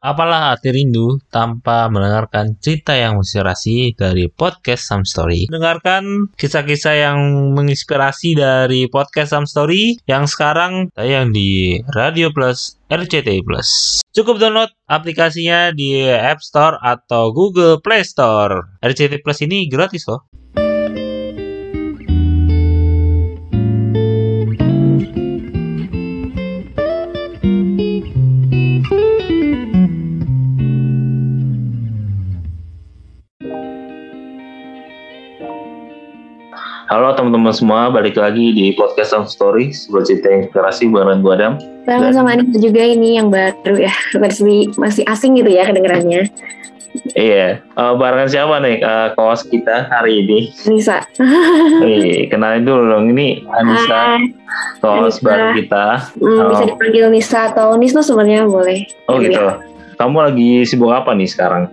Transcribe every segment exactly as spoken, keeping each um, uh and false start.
Apalah arti rindu tanpa mendengarkan cerita yang menginspirasi dari podcast Some Story. Dengarkan kisah-kisah yang menginspirasi dari podcast Some Story yang sekarang tayang di Radio Plus R C T I Plus. Cukup download aplikasinya di App Store atau Google Play Store. R C T I Plus ini gratis loh. Halo teman-teman semua, balik lagi di podcast Some Story, sebuah cerita inspirasi bareng gue Adam. Bareng sama Anissa juga ini yang baru ya, masih masih asing gitu ya kedengerannya. Iya, uh, barengan siapa nih uh, kawas kita hari ini? Anissa. Wih, kenalin dulu dong, ini Anissa, kawas baru kita. Hmm, uh, bisa dipanggil Nisa atau Nisno sebenarnya boleh. Oh gitu. Ya. Kamu lagi sibuk apa nih sekarang?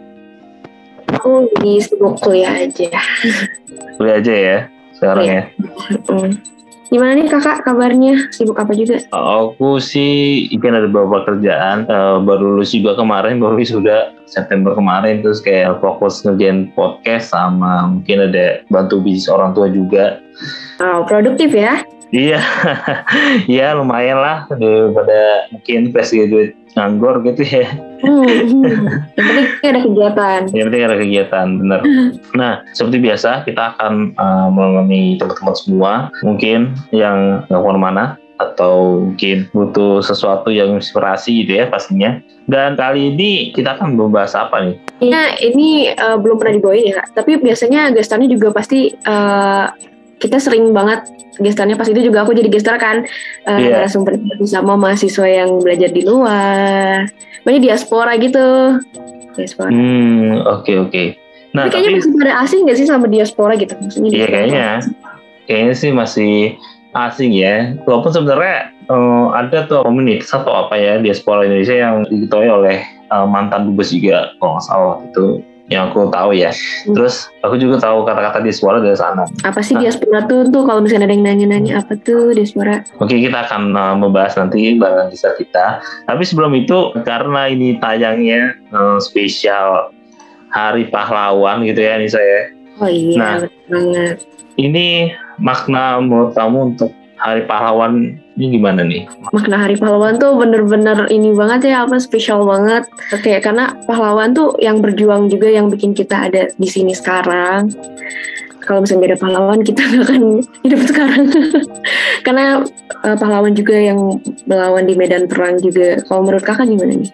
Aku lagi sibuk kuliah aja. Kuliah aja ya? Sekarang ya. Hmm. Gimana nih kakak kabarnya? Sibuk apa juga? Aku sih mungkin ada beberapa kerjaan. Uh, baru lulus juga kemarin, baru sudah September kemarin. Terus kayak fokus ngerjain podcast sama mungkin ada bantu bisnis orang tua juga. Oh, produktif ya? Iya, ya lumayan lah daripada mungkin fresh graduate nganggur gitu ya. Hmm, yang penting ada kegiatan. Yang penting ada kegiatan, benar. Nah, seperti biasa kita akan uh, menemani teman-teman semua, mungkin yang nggak kemana-mana atau mungkin butuh sesuatu yang inspirasi gitu ya pastinya. Dan kali ini kita akan membahas apa nih? Nah, ini uh, belum pernah dibawain ya kak, tapi biasanya gestarnya juga pasti uh, kita sering banget gestarnya, pas itu juga aku jadi gestar kan, uh, yeah. narasumber sama mahasiswa yang belajar di luar, banyak diaspora gitu. Diaspora. Hmm, oke okay, oke. Okay. Nah, tapi kayaknya tapi, masih pada asing nggak sih sama diaspora gitu? Maksudnya iya kayaknya, kayaknya sih masih asing ya. Walaupun sebenarnya uh, ada tuh komunitas atau apa ya diaspora Indonesia yang diketuai oleh uh, mantan dubes juga kalau nggak salah itu. Yang aku tahu ya. Hmm. Terus aku juga tahu kata-kata diaspora dari sana. Apa sih nah. diaspora tuh? Tuh kalau misalnya ada yang nanya-nanya apa tuh diaspora? Oke, kita akan uh, membahas nanti bareng kisah kita. Tapi sebelum itu, karena ini tayangnya uh, spesial Hari Pahlawan gitu ya Nisa ya. Oh iya, nah, betul banget. Ini makna menurut kamu untuk Hari Pahlawan ini gimana nih? Makna Hari Pahlawan tuh bener-bener ini banget ya, apa spesial banget. Oke, karena pahlawan tuh yang berjuang juga yang bikin kita ada di sini sekarang. Kalau misalnya gak ada pahlawan kita gak akan hidup sekarang. Karena uh, pahlawan juga yang melawan di medan perang juga. Kalau menurut kakak gimana nih?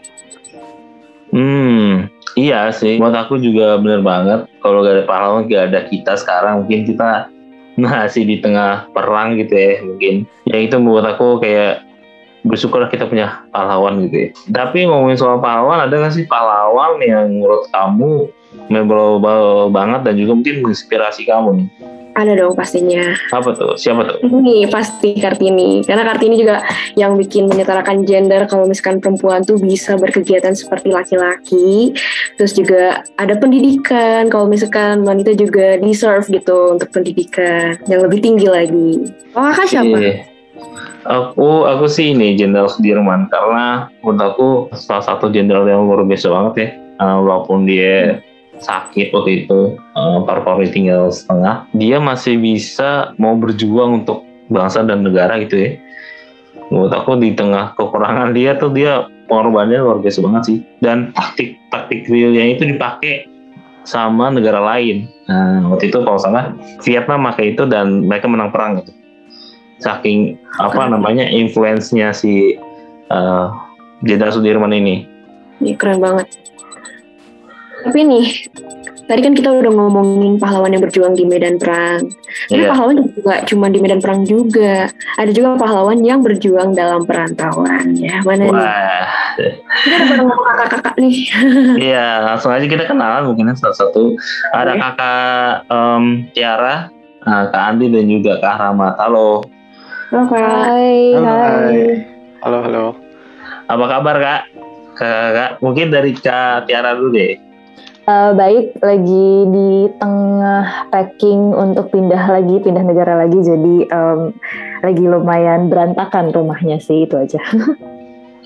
Hmm, iya sih. Menurut aku juga bener banget. Kalau gak ada pahlawan, gak ada kita sekarang, mungkin kita masih di tengah perang gitu ya mungkin. Ya itu membuat aku kayak bersyukur kita punya pahlawan gitu ya. Tapi ngomongin soal pahlawan, ada gak sih pahlawan yang menurut kamu memorable banget dan juga mungkin menginspirasi kamu nih? Ada dong pastinya. Apa tuh? Siapa tuh? Ini pasti Kartini. Karena Kartini juga yang bikin menyetarakan gender. Kalau misalkan perempuan tuh bisa berkegiatan seperti laki-laki. Terus juga ada pendidikan. Kalau misalkan wanita juga deserve gitu untuk pendidikan yang lebih tinggi lagi. Oh kakak siapa? Iya. Aku aku sih ini Jenderal Sudirman. Karena menurut aku salah satu jenderal yang luar biasa banget ya. Uh, walaupun dia sakit waktu itu, uh, paru-paru tinggal setengah, dia masih bisa mau berjuang untuk bangsa dan negara gitu ya. Menurut aku di tengah kekurangan dia tuh dia pengorbanannya luar biasa banget sih. Dan taktik taktik realnya itu dipakai sama negara lain. Nah, waktu itu kalau salah Vietnam pakai itu dan mereka menang perang gitu. Saking apa namanya influence-nya si uh, Jenderal Sudirman ini. Ini keren banget. Tapi nih, tadi kan kita udah ngomongin pahlawan yang berjuang di medan perang. Tapi yeah. pahlawan juga cuma di medan perang juga. Ada juga pahlawan yang berjuang dalam perantauan. Ya, mana Wah. nih? Kita ada bareng kakak-kakak nih. Iya, langsung aja kita kenalan mungkin salah satu. Ada okay. kakak um, Tiara, uh, Kak Andi dan juga Kak Rahmat. Halo. Halo Kak. Hai. Halo, hai. Halo, halo. Apa kabar Kak? Kak, mungkin dari Kak Tiara dulu deh. Uh, baik, lagi di tengah packing untuk pindah lagi, pindah negara lagi, jadi um, lagi lumayan berantakan rumahnya sih, itu aja.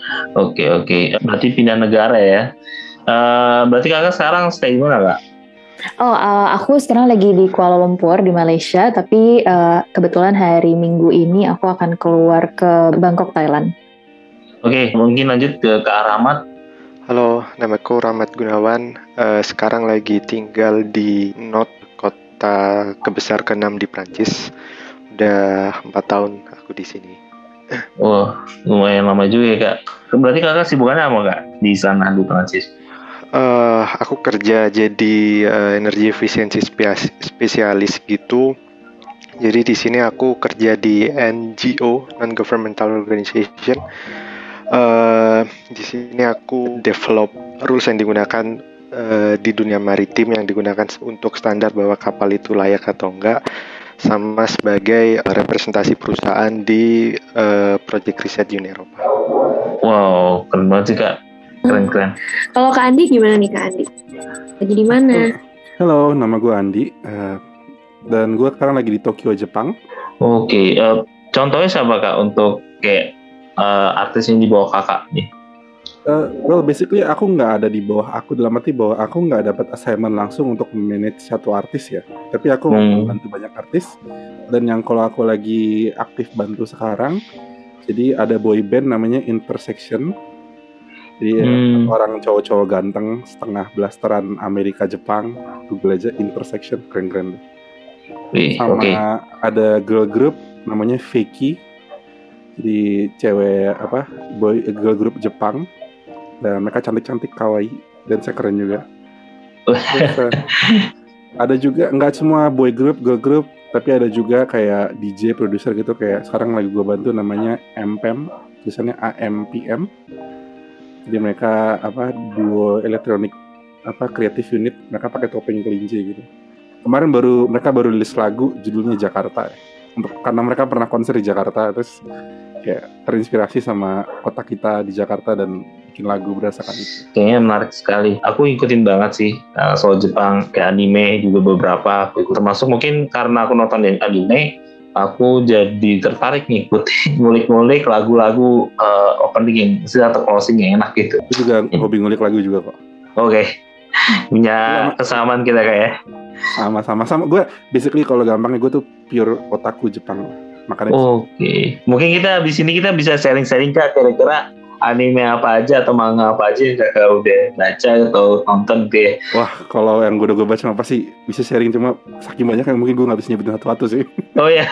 Oke oke, berarti pindah negara ya. Uh, berarti kakak sekarang stay di mana kak? Oh, uh, aku sekarang lagi di Kuala Lumpur di Malaysia, tapi uh, kebetulan hari Minggu ini aku akan keluar ke Bangkok, Thailand. Oke, mungkin lanjut ke Kak Rahmat. Halo, namaku Rahmat Gunawan. Uh, sekarang lagi tinggal di Nantes, kota kebesar keenam di Prancis. Udah empat tahun aku di sini. Wah, lumayan lama juga ya kak. Berarti kakak sibukannya apa kak di sana di Prancis? Uh, aku kerja jadi uh, energi efisiensi spesialis gitu. Jadi di sini aku kerja di N G O, non-governmental organization. Uh, di sini aku develop rules yang digunakan uh, di dunia maritim yang digunakan untuk standar bahwa kapal itu layak atau enggak, sama sebagai uh, representasi perusahaan di uh, proyek riset Uni Eropa. Wow, keren banget sih kak. Keren-keren. Kalau Kak Andi gimana nih Kak Andi? Lagi di mana? Halo, nama gue Andi uh, dan gue sekarang lagi di Tokyo, Jepang. Oke, okay. uh, contohnya siapa kak untuk kayak uh, artis yang di bawah kakak nih? Uh, well, basically aku nggak ada di bawah aku, dalam arti bahwa aku nggak dapat assignment langsung untuk manage satu artis ya. Tapi aku hmm. bantu banyak artis, dan yang kalau aku lagi aktif bantu sekarang, jadi ada boy band namanya Intersection. Jadi hmm. orang cowok-cowok ganteng setengah blasteran Amerika Jepang, Google aja Intersection, keren-keren. Wih, sama okay. ada girl group namanya Fakey, jadi cewek apa boy girl group Jepang, dan mereka cantik-cantik, kawaii, dan saya keren juga. Terus, uh, ada juga nggak semua boy group girl group, tapi ada juga kayak D J produser gitu, kayak sekarang lagi gue bantu namanya M P M, tulisannya A M P M. Jadi mereka apa duo elektronik apa kreatif unit, mereka pakai topeng kelinci gitu. Kemarin baru mereka baru rilis lagu judulnya Jakarta, untuk karena mereka pernah konser di Jakarta, terus kayak terinspirasi sama kota kita di Jakarta dan bikin lagu berdasarkan itu. Kayaknya menarik sekali. Aku ikutin banget sih uh, soal Jepang, kayak anime juga beberapa. Aku ikut. Termasuk mungkin karena aku nonton anime, aku jadi tertarik nih ikut ngulik-ngulik lagu-lagu uh, opening yang atau closing yang enak gitu. Itu juga hmm. hobi ngulik lagu juga kok. Oke, okay. Punya kesamaan kita kayak. Sama-sama sama. Gue basically kalau gampangnya gue tuh pure otaku Jepang. Makanya. Oke, okay. Mungkin kita di sini kita bisa sharing-sharing kak, kira-kira anime apa aja atau manga apa aja yang kakak udah baca atau nonton gitu ya? Wah, kalau yang gue udah gue baca mah pasti bisa sharing, cuma saking banyak yang mungkin gue gak bisa nyebutin satu-satu sih. Oh ya.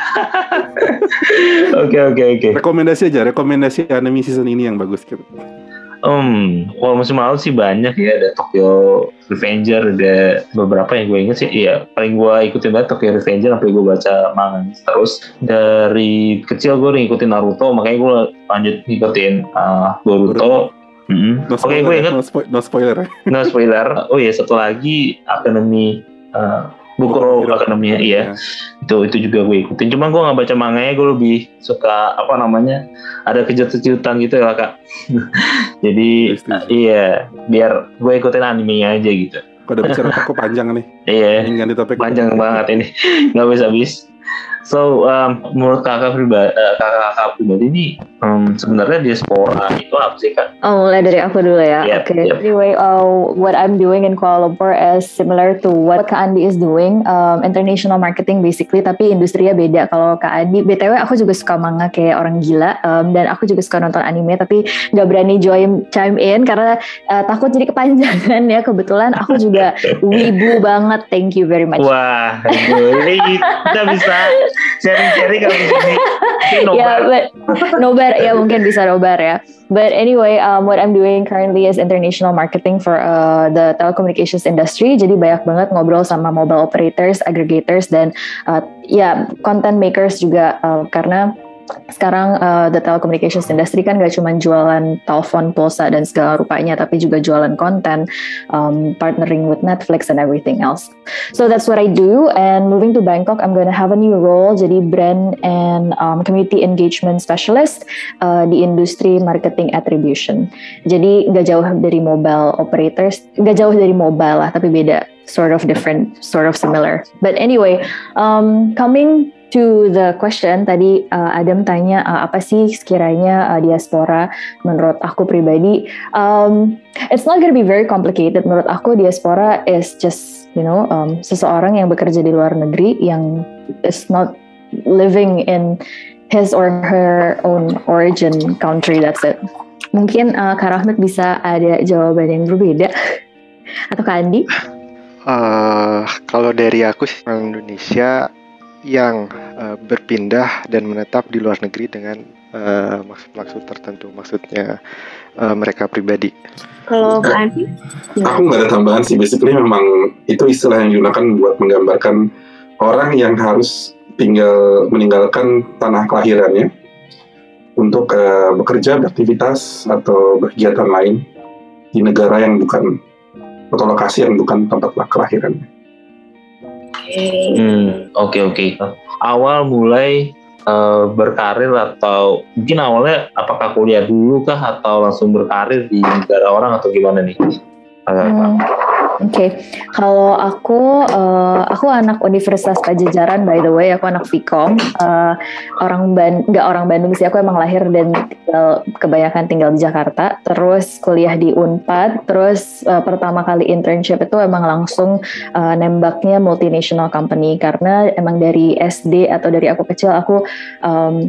Oke oke oke. Rekomendasi aja, rekomendasi anime season ini yang bagus gitu. Um, kalau musim lalu sih banyak ya, ada Tokyo Revenger, ada beberapa yang gue inget sih. Iya, paling gue ikutin banget Tokyo Revenger sampai gue baca manga. Terus dari kecil gue ngikutin Naruto, makanya gue lanjut ngikutin uh, Boruto. Mm-hmm. No Oke, okay, gue inget. No, spo- no spoiler. No spoiler. Oh iya, satu lagi Akademi uh, Bukuro Akademinya, iya. Itu itu juga gue ikutin. Cuma gue nggak baca manganya, gue lebih suka apa namanya, ada kejutan-kejutan gitu ya kak. Jadi uh, iya, biar gue ikutin animenya aja gitu. Kalau udah bicara toko panjang nih. Iya. Ganti topik. Panjang banget ini, nggak bisa habis. So, um, menurut kakak pribadi, uh, kakak pribadi ini um, sebenarnya diaspora itu apa sih kak? Oh, mulai dari aku dulu ya. Yep, Oke. Okay. Yep. Anyway, uh, what I'm doing in Kuala Lumpur is similar to what Kak Andi is doing, um, international marketing basically, tapi industrinya beda. Kalau Kak Andi, B T W aku juga suka manga kayak orang gila, um, dan aku juga suka nonton anime, tapi nggak berani join chime in karena uh, takut jadi kepanjangan ya. Kebetulan aku juga wibu banget. Thank you very much. Wah, ini kita bisa sharing-sharing kalau di sini. Ya, but nobar ya, mungkin bisa nobar ya. But anyway, um, what I'm doing currently is international marketing for uh, the telecommunications industry. Jadi banyak banget ngobrol sama mobile operators, aggregators, dan uh, ya content makers juga uh, karena sekarang uh, the telecommunications industry kan gak cuma jualan telepon, pulsa dan segala rupanya, tapi juga jualan konten, um, partnering with Netflix and everything else. So that's what I do. And moving to Bangkok, I'm gonna have a new role, jadi brand and um, community engagement specialist uh, di industri marketing attribution. Jadi gak jauh dari mobile operators, gak jauh dari mobile lah, tapi beda, sort of different, sort of similar. But anyway, um, coming to the question tadi, uh, Adam tanya uh, apa sih sekiranya uh, diaspora menurut aku pribadi. Um, it's not gonna be very complicated. Menurut aku diaspora is just you know um, seseorang yang bekerja di luar negeri yang is not living in his or her own origin country. That's it. Mungkin uh, Kak Rahmat bisa ada jawaban yang berbeda atau Kak Andi? Uh, kalau dari aku sih orang Indonesia yang uh, berpindah dan menetap di luar negeri dengan uh, maksud-maksud tertentu, maksudnya uh, mereka pribadi. Kalau Kak Andi? Aku nggak ada tambahan sih, basically memang itu istilah yang digunakan buat menggambarkan orang yang harus tinggal meninggalkan tanah kelahirannya untuk uh, bekerja, beraktivitas atau berkegiatan lain di negara yang bukan atau lokasi yang bukan tempat kelahirannya. Hmm, oke oke. Awal mulai uh, berkarir atau mungkin awalnya apakah kuliah dulu kah atau langsung berkarir di negara orang atau gimana nih? Hmm. Oke, okay. Kalau aku, uh, aku anak Universitas Pajajaran, by the way, aku anak Vkom, uh, orang Ban, nggak orang Bandung sih, aku emang lahir dan tinggal, kebanyakan tinggal di Jakarta, terus kuliah di Unpad, terus uh, pertama kali internship itu emang langsung uh, nembaknya multinational company, karena emang dari S D atau dari aku kecil, aku um,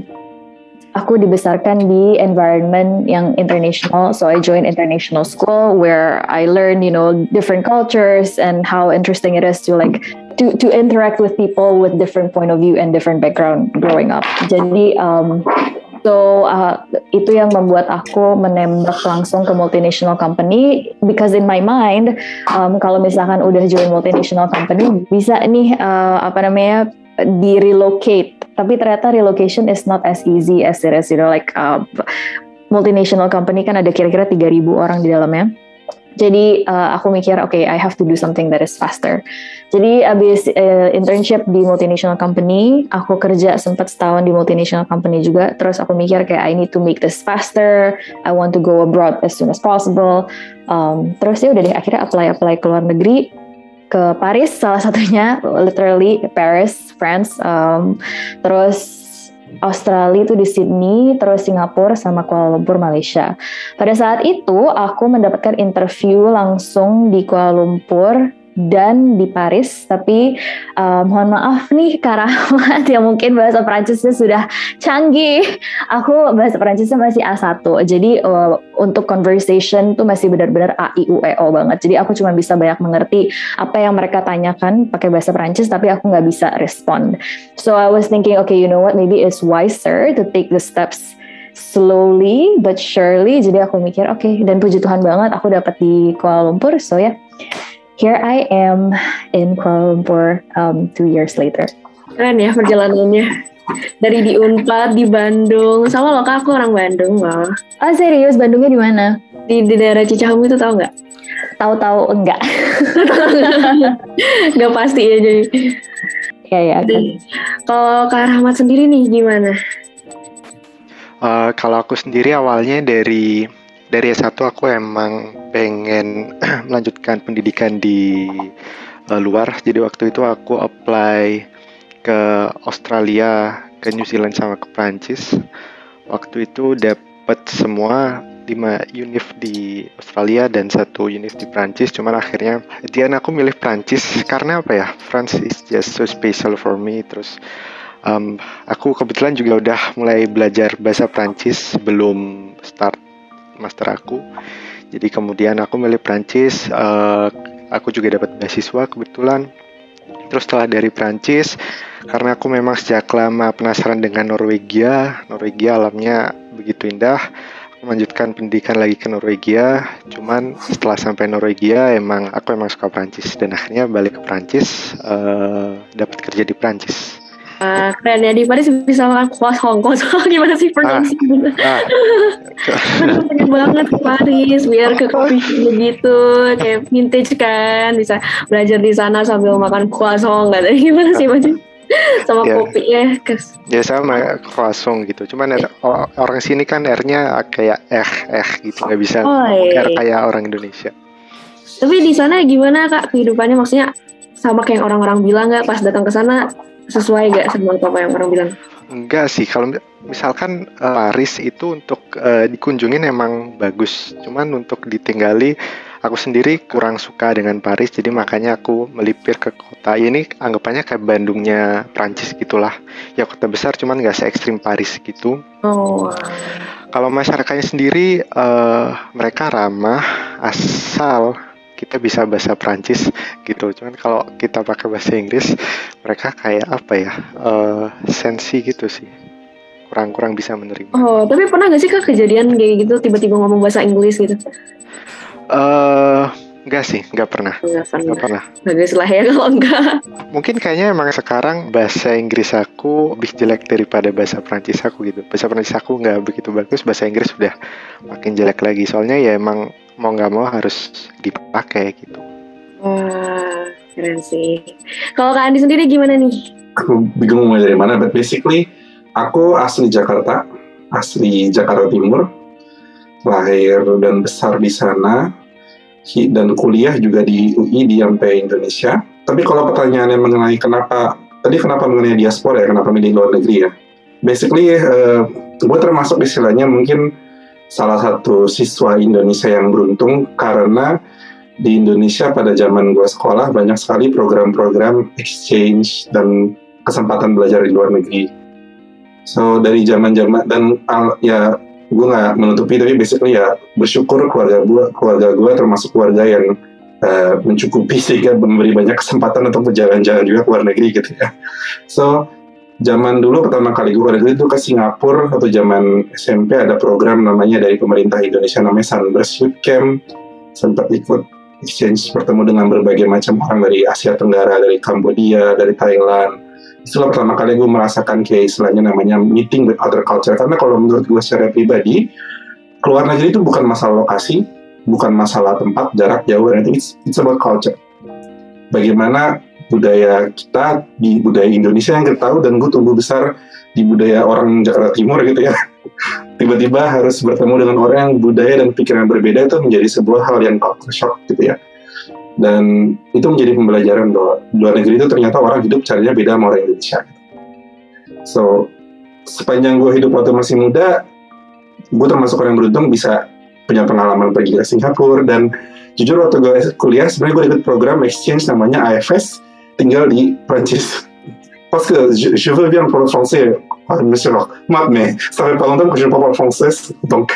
Aku dibesarkan di environment yang international, so I joined international school where I learned, you know, different cultures and how interesting it is to like to to interact with people with different point of view and different background growing up. Jadi, um, so uh, itu yang membuat aku menembak langsung ke multinational company because in my mind, um, kalau misalkan udah join multinational company bisa nih uh, apa namanya di relocate. Tapi ternyata relocation is not as easy as it is, you know, like uh, multinational company kan ada kira-kira tiga ribu orang di dalamnya. Jadi uh, aku mikir, okay, I have to do something that is faster. Jadi abis uh, internship di multinational company, aku kerja sempat setahun di multinational company juga. Terus aku mikir kayak I need to make this faster. I want to go abroad as soon as possible. Um, terus ya udah deh akhirnya apply-apply ke luar negeri. Ke Paris salah satunya, literally Paris, France, um, terus Australia itu di Sydney, terus Singapura sama Kuala Lumpur, Malaysia. Pada saat itu aku mendapatkan interview langsung di Kuala Lumpur dan di Paris, tapi um, mohon maaf nih Kak Rahmat yang mungkin bahasa Prancisnya sudah canggih, aku bahasa Prancisnya masih A satu, jadi uh, untuk conversation tuh masih benar-benar A I U E O banget, jadi aku cuma bisa banyak mengerti apa yang mereka tanyakan pakai bahasa Prancis, tapi aku nggak bisa respond. So I was thinking, okay, you know what, maybe it's wiser to take the steps slowly but surely. Jadi aku mikir, oke, okay, dan puji Tuhan banget aku dapat di Kuala Lumpur, so ya. Yeah. Here I am in Kuala Lumpur um, two years later. Keren ya perjalanannya. Dari di Unpad, di Bandung. Sama loh Kak, aku orang Bandung loh. Ah serius, Bandungnya di mana? Di, di daerah Cicahem itu tahu nggak? Tahu-tahu enggak. Nggak pasti ya jadi. Ya ya. Kalau Kak Rahmat sendiri nih gimana? Uh, kalau aku sendiri awalnya dari dari S satu aku emang pengen melanjutkan pendidikan di uh, luar. Jadi waktu itu aku apply ke Australia, ke New Zealand sama ke Prancis. Waktu itu dapat semua lima univ di Australia dan satu univ di Prancis. Cuman akhirnya dia aku milih Prancis karena apa ya? France is just so special for me. Terus um, aku kebetulan juga udah mulai belajar bahasa Prancis sebelum start master aku. Jadi kemudian aku milih Prancis, uh, aku juga dapat beasiswa kebetulan. Terus setelah dari Prancis, karena aku memang sejak lama penasaran dengan Norwegia, Norwegia alamnya begitu indah, aku melanjutkan pendidikan lagi ke Norwegia. Cuman setelah sampai Norwegia, emang aku emang suka Prancis dan akhirnya balik ke Prancis, uh, dapat kerja di Prancis. Uh, keren ya, di Paris bisa makan croissant. Croissant gimana sih pronunciation? Ah, ah. Pengen banget ke Paris biar ke kopi begitu kayak vintage kan, bisa belajar di sana sambil makan croissant. Nggak tahu gimana sih macam sama yeah. Kopi ya. Ya sama croissant gitu. Cuman eh. orang sini kan R-nya kayak eh eh gitu, nggak bisa oh, R kayak orang Indonesia. Tapi di sana gimana Kak kehidupannya, maksudnya sama kayak orang-orang bilang nggak pas datang ke sana sesuai gak sama apa yang orang bilang? Enggak sih, kalau misalkan uh, Paris itu untuk uh, dikunjungin emang bagus, cuman untuk ditinggali aku sendiri kurang suka dengan Paris, jadi makanya aku melipir ke kota ini, anggapannya kayak Bandungnya Prancis gitulah, ya kota besar cuman nggak se ekstrim Paris gitu. Oh. Kalau masyarakatnya sendiri uh, mereka ramah asal kita bisa bahasa Prancis gitu. Cuman kalau kita pakai bahasa Inggris, mereka kayak apa ya, uh, sensi gitu sih, kurang-kurang bisa menerima. Oh, tapi pernah nggak sih Kak kejadian kayak gitu tiba-tiba ngomong bahasa Inggris gitu? Uh, enggak sih, enggak pernah. Nggak pernah. Enggak pernah. Bagus lah ya kalau enggak. Mungkin kayaknya emang sekarang bahasa Inggris aku lebih jelek daripada bahasa Prancis aku gitu. Bahasa Prancis aku nggak begitu bagus, bahasa Inggris sudah makin jelek lagi. Soalnya ya emang mau nggak mau harus dipakai gitu. Wah, keren sih. Kalau Kak Andi sendiri gimana nih? Aku bingung mulai dari mana, but basically aku asli Jakarta, asli Jakarta Timur, lahir dan besar di sana, dan kuliah juga di U I di sampai Indonesia. Tapi kalau pertanyaannya mengenai kenapa, tadi kenapa mengenai diaspora ya, kenapa milih luar negeri ya? Basically, uh, gue termasuk istilahnya mungkin salah satu siswa Indonesia yang beruntung karena di Indonesia pada zaman gue sekolah banyak sekali program-program exchange dan kesempatan belajar di luar negeri. So dari zaman-zaman dan al, ya gue nggak menutupi, tapi basically ya bersyukur keluarga gue keluarga gue termasuk keluarga yang uh, mencukupi sehingga memberi banyak kesempatan untuk berjalan-jalan juga ke luar negeri gitu ya. So zaman dulu pertama kali gue negeri itu ke Singapura atau zaman S M P ada program namanya dari pemerintah Indonesia namanya Sunburst Youth Camp. Sempat ikut exchange, bertemu dengan berbagai macam orang dari Asia Tenggara, dari Kambodia, dari Thailand. Itulah pertama kali gue merasakan kayak istilahnya namanya meeting with other culture. Karena kalau menurut gue secara pribadi, keluar negeri itu bukan masalah lokasi, bukan masalah tempat, jarak, jauh, dan it's, it's about culture. Bagaimana budaya kita di budaya Indonesia yang kita tahu, dan gue tumbuh besar di budaya orang Jakarta Timur gitu ya. Tiba-tiba harus bertemu dengan orang yang budaya dan pikiran berbeda, itu menjadi sebuah hal yang culture shock gitu ya. Dan itu menjadi pembelajaran bahwa luar negeri itu ternyata orang hidup caranya beda sama orang Indonesia. So sepanjang gue hidup waktu masih muda, gue termasuk orang yang beruntung bisa punya pengalaman pergi ke Singapura, dan jujur waktu gue kuliah sebenarnya gue ikut program exchange namanya A F S, tinggal di Prancis. Parce que je, je veux bien parler français, monsieur Matt, mais ça fait pas longtemps que je ne parle pas français, donc.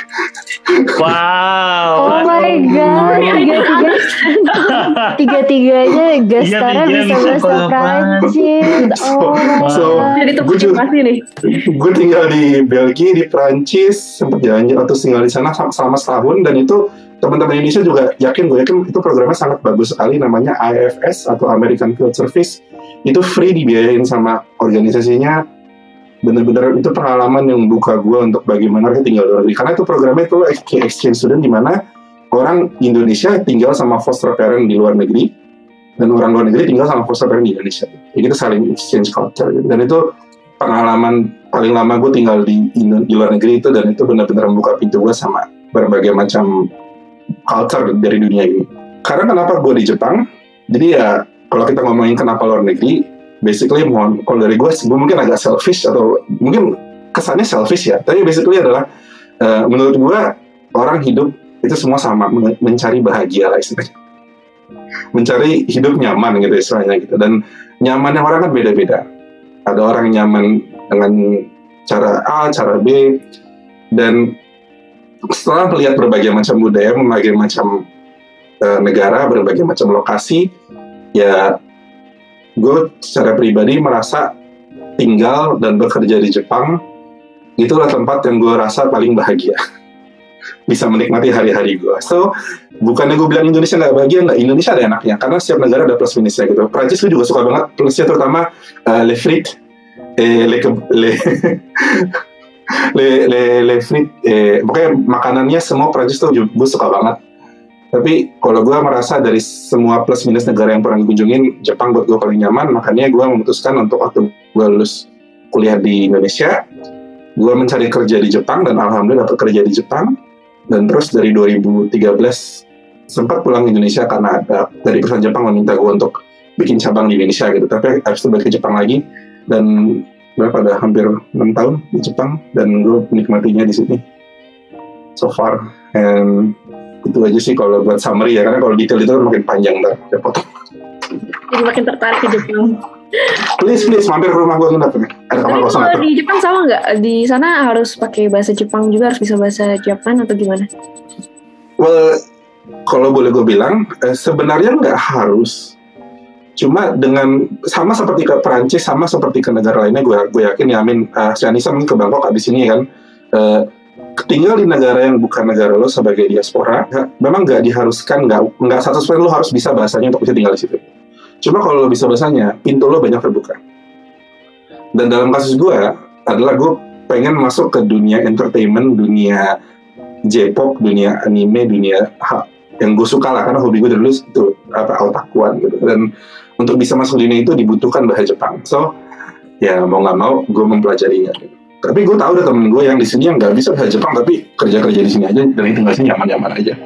Wow. Oh my god, tiga-tiga, tiga-tiganya gestarnya bisa bahasa Prancis. Oh my so, god. Jadi termotivasi nih. Gue tinggal di Belgia, di Prancis, sempat jalan-jalan atau tinggal di sana selama setahun, dan itu teman-teman Indonesia juga yakin, gue yakin itu programnya sangat bagus sekali, namanya A F S atau American Field Service. Itu free, dibiayain sama organisasinya. Bener-bener itu pengalaman yang membuka gue untuk bagaimana kita tinggal di luar negeri. Karena itu programnya itu exchange student, di mana orang Indonesia tinggal sama foster parent di luar negeri, dan orang luar negeri tinggal sama foster parent di Indonesia. Jadi kita saling exchange culture. Dan itu pengalaman paling lama gue tinggal di, di luar negeri itu, dan itu benar-benar membuka pintu gue sama berbagai macam culture dari dunia ini. Karena kenapa gue di Jepang, jadi ya kalau kita ngomongin kenapa luar negeri, basically mohon, kalau dari gue, gue mungkin agak selfish atau mungkin kesannya selfish ya, tapi basically adalah uh, menurut gue orang hidup itu semua sama, mencari bahagia lah istilahnya, mencari hidup nyaman gitu istilahnya gitu. Dan nyamannya orang kan beda-beda, ada orang nyaman dengan cara A, cara B, dan setelah melihat berbagai macam budaya, berbagai macam uh, negara, berbagai macam lokasi, ya gue secara pribadi merasa tinggal dan bekerja di Jepang itulah tempat yang gue rasa paling bahagia, bisa menikmati hari-hari gue. So bukannya gue bilang Indonesia nggak bahagia, nggak, Indonesia ada enaknya karena setiap negara ada plus minusnya gitu. Prancis gue juga suka banget plusnya, terutama uh, les frites, eh, les les les les, les frites, eh, pokoknya makanannya semua Prancis tuh gue suka banget. Tapi kalau gue merasa dari semua plus minus negara yang pernah dikunjungin, Jepang buat gue paling nyaman. Makanya gue memutuskan untuk waktu gue lulus kuliah di Indonesia, gue mencari kerja di Jepang, dan alhamdulillah dapat kerja di Jepang. Dan terus dari dua ribu tiga belas sempat pulang ke Indonesia karena ada dari perusahaan Jepang meminta gue untuk bikin cabang di Indonesia gitu. Tapi habis itu balik ke Jepang lagi. dan berapa ada hampir enam tahun di Jepang dan gue menikmatinya di sini so far. And itu aja sih kalau buat summary ya, karena kalau detail itu kan makin panjang dah ya potong. Jadi makin tertarik ke Jepang. Please please mampir ke rumah gue nginep nih. Ada kamar Tapi kosong kalau atau? di Jepang sama nggak? Di sana harus pakai bahasa Jepang juga, harus bisa bahasa Jepang atau gimana? Well, kalau boleh gue bilang eh, sebenarnya nggak harus. Cuma dengan sama seperti ke Perancis, sama seperti ke negara lainnya, gue gue yakin ya, Amin, uh, si Anissa ke Bangkok abis ini kan, uh, tinggal di negara yang bukan negara lo sebagai diaspora, gak, memang nggak diharuskan, nggak nggak seratus persen lo harus bisa bahasanya untuk bisa tinggal di situ. Cuma kalau lo bisa bahasanya, pintu lo banyak terbuka. Dan dalam kasus gue adalah gue pengen masuk ke dunia entertainment, dunia J-pop, dunia anime, dunia ha, yang gue suka lah, karena hobi gue dulu itu apa otakuan gitu. Dan untuk bisa masuk dunia itu dibutuhkan bahasa Jepang. So ya mau nggak mau gue mempelajarinya. Gitu. Tapi gue tahu ada temen gue yang di sini yang nggak bisa bahasa Jepang tapi kerja-kerja di sini aja dan itu nggak sih nyaman-nyaman aja.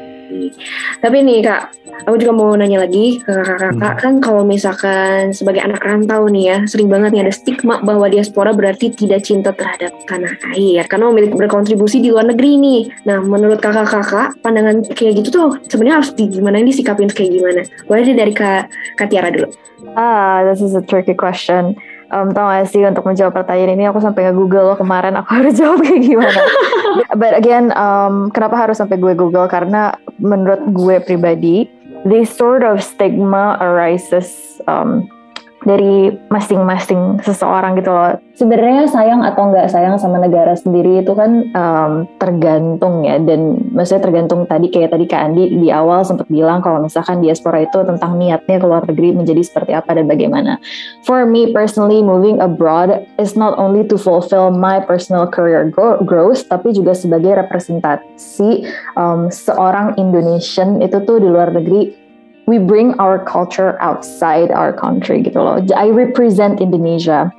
Tapi nih Kak, aku juga mau nanya lagi ke kakak-kakak, hmm. kan kalau misalkan sebagai anak rantau nih ya, sering banget nih ada stigma bahwa diaspora berarti tidak cinta terhadap tanah air karena memiliki berkontribusi di luar negeri nih. Nah, menurut kakak-kakak, pandangan kayak gitu tuh sebenarnya harus di gimana, disikapin kayak gimana? Boleh dari Kak, Kak Tiara dulu. Ah, this is a tricky question. Um, tau gak sih, untuk menjawab pertanyaan ini aku sampai nge-google loh kemarin aku harus jawab kayak gimana. But again, um, kenapa harus sampai gue google? Karena menurut gue pribadi, this sort of stigma arises um, dari masing-masing seseorang gitu loh. Sebenarnya sayang atau nggak sayang sama negara sendiri itu kan um, tergantung ya, dan maksudnya tergantung tadi kayak tadi Kak Andi di awal sempat bilang kalau misalkan diaspora itu tentang niatnya ke luar negeri menjadi seperti apa dan bagaimana. For me personally, moving abroad is not only to fulfill my personal career growth, tapi juga sebagai representasi um, seorang Indonesian itu tuh di luar negeri. We bring our culture outside our country gitu loh. I represent Indonesia.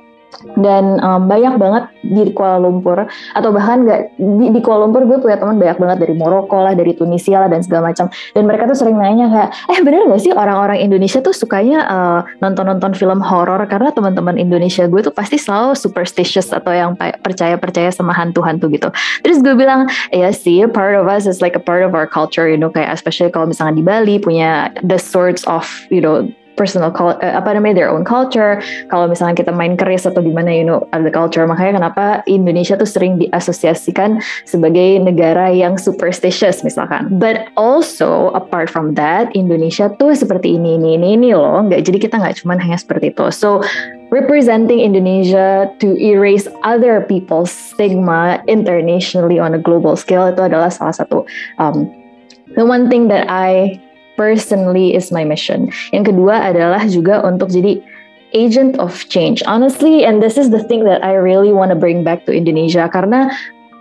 Dan um, banyak banget di Kuala Lumpur, atau bahkan nggak di, di Kuala Lumpur gue punya teman banyak banget dari Maroko lah, dari Tunisia lah dan segala macam. Dan mereka tuh sering nanya kayak, eh bener nggak sih orang-orang Indonesia tuh sukanya uh, nonton-nonton film horor, karena teman-teman Indonesia gue tuh pasti selalu superstitious atau yang percaya-percaya sama hantu-hantu gitu. Terus gue bilang, ya sih, part of us is like a part of our culture, you know, kayak especially kalau misalnya di Bali punya the sorts of, you know, personal uh, apa namanya their own culture. Kalau misalnya kita main keris atau gimana, you know, ada culture. Makanya kenapa Indonesia tuh sering diasosiasikan sebagai negara yang superstitious misalkan. But also apart from that, Indonesia tuh seperti ini ini ini, ini loh. Nggak, jadi kita nggak cuma hanya seperti itu. So representing Indonesia to erase other people's stigma internationally on a global scale itu adalah salah satu um, the one thing that I personally is my mission. Yang kedua adalah juga untuk jadi agent of change. Honestly, and this is the thing that I really want to bring back to Indonesia, karena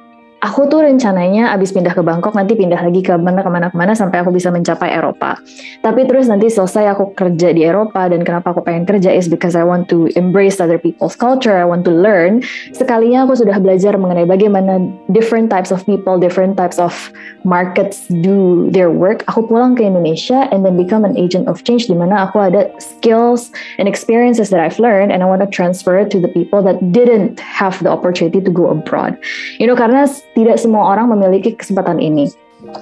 aku tuh rencananya abis pindah ke Bangkok nanti pindah lagi ke mana kemana kemana sampai aku bisa mencapai Eropa. Tapi terus nanti selesai aku kerja di Eropa, dan kenapa aku pengen kerja is because I want to embrace other people's culture, I want to learn. Sekalinya aku sudah belajar mengenai bagaimana different types of people, different types of markets do their work. Aku pulang ke Indonesia and then become an agent of change, di mana aku ada skills and experiences that I've learned and I want to transfer it to the people that didn't have the opportunity to go abroad. You know, karena tidak semua orang memiliki kesempatan ini.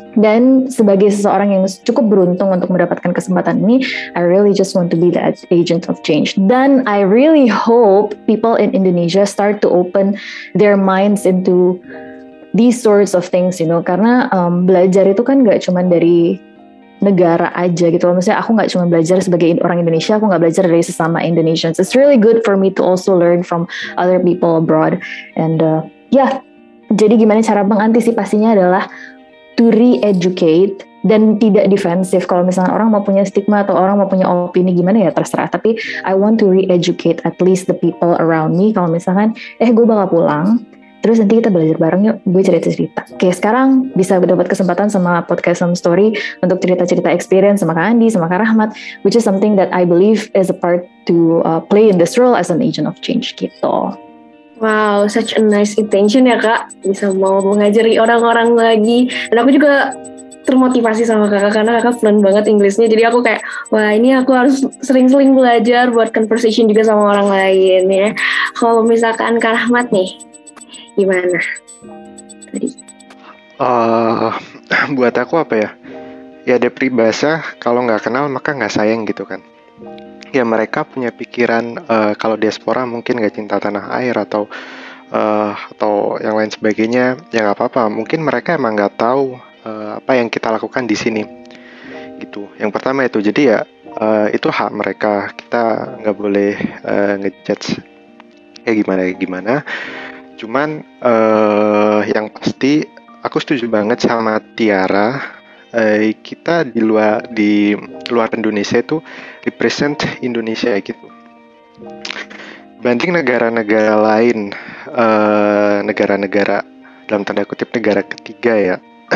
Dan sebagai seseorang yang cukup beruntung untuk mendapatkan kesempatan ini, I really just want to be the agent of change. Dan I really hope people in Indonesia start to open their minds into these sorts of things, you know, karena um, belajar itu kan gak cuma dari negara aja gitu loh. Maksudnya aku gak cuma belajar sebagai orang Indonesia, aku gak belajar dari sesama Indonesians. It's really good for me to also learn from other people abroad. And uh, yeah, jadi gimana cara mengantisipasinya adalah to re-educate dan tidak defensif. Kalau misalnya orang mau punya stigma atau orang mau punya opini gimana ya terserah. Tapi I want to re-educate at least the people around me. Kalau misalkan, eh gue bakal pulang, terus nanti kita belajar bareng yuk, gue cerita-cerita. Kayak sekarang bisa dapat kesempatan sama podcast Some Story untuk cerita-cerita experience sama Kak Andi, sama Kak Rahmat, which is something that I believe is a part to uh, play in this role as an agent of change gitu. Wow, such a nice intention ya Kak, bisa mau mengajari orang-orang lagi. Dan aku juga termotivasi sama kakak karena kakak fluent banget Inggrisnya. Jadi aku kayak, wah ini aku harus sering-sering belajar buat conversation juga sama orang lain ya. Kalau misalkan Kak Rahmat nih, gimana tadi? Uh, buat aku apa ya? Ya ada peribahasa, kalau nggak kenal maka nggak sayang gitu kan. Ya mereka punya pikiran uh, kalau diaspora mungkin nggak cinta tanah air atau uh, atau yang lain sebagainya. Ya nggak apa-apa. Mungkin mereka emang nggak tahu uh, apa yang kita lakukan di sini. Gitu. Yang pertama itu. Jadi ya uh, itu hak mereka. Kita nggak boleh uh, ngejudge ya gimana gimana. Cuman uh, yang pasti aku setuju banget sama Tiara. Uh, kita di luar di luar Indonesia itu represent Indonesia gitu. Banding negara-negara lain, uh, negara-negara dalam tanda kutip negara ketiga ya,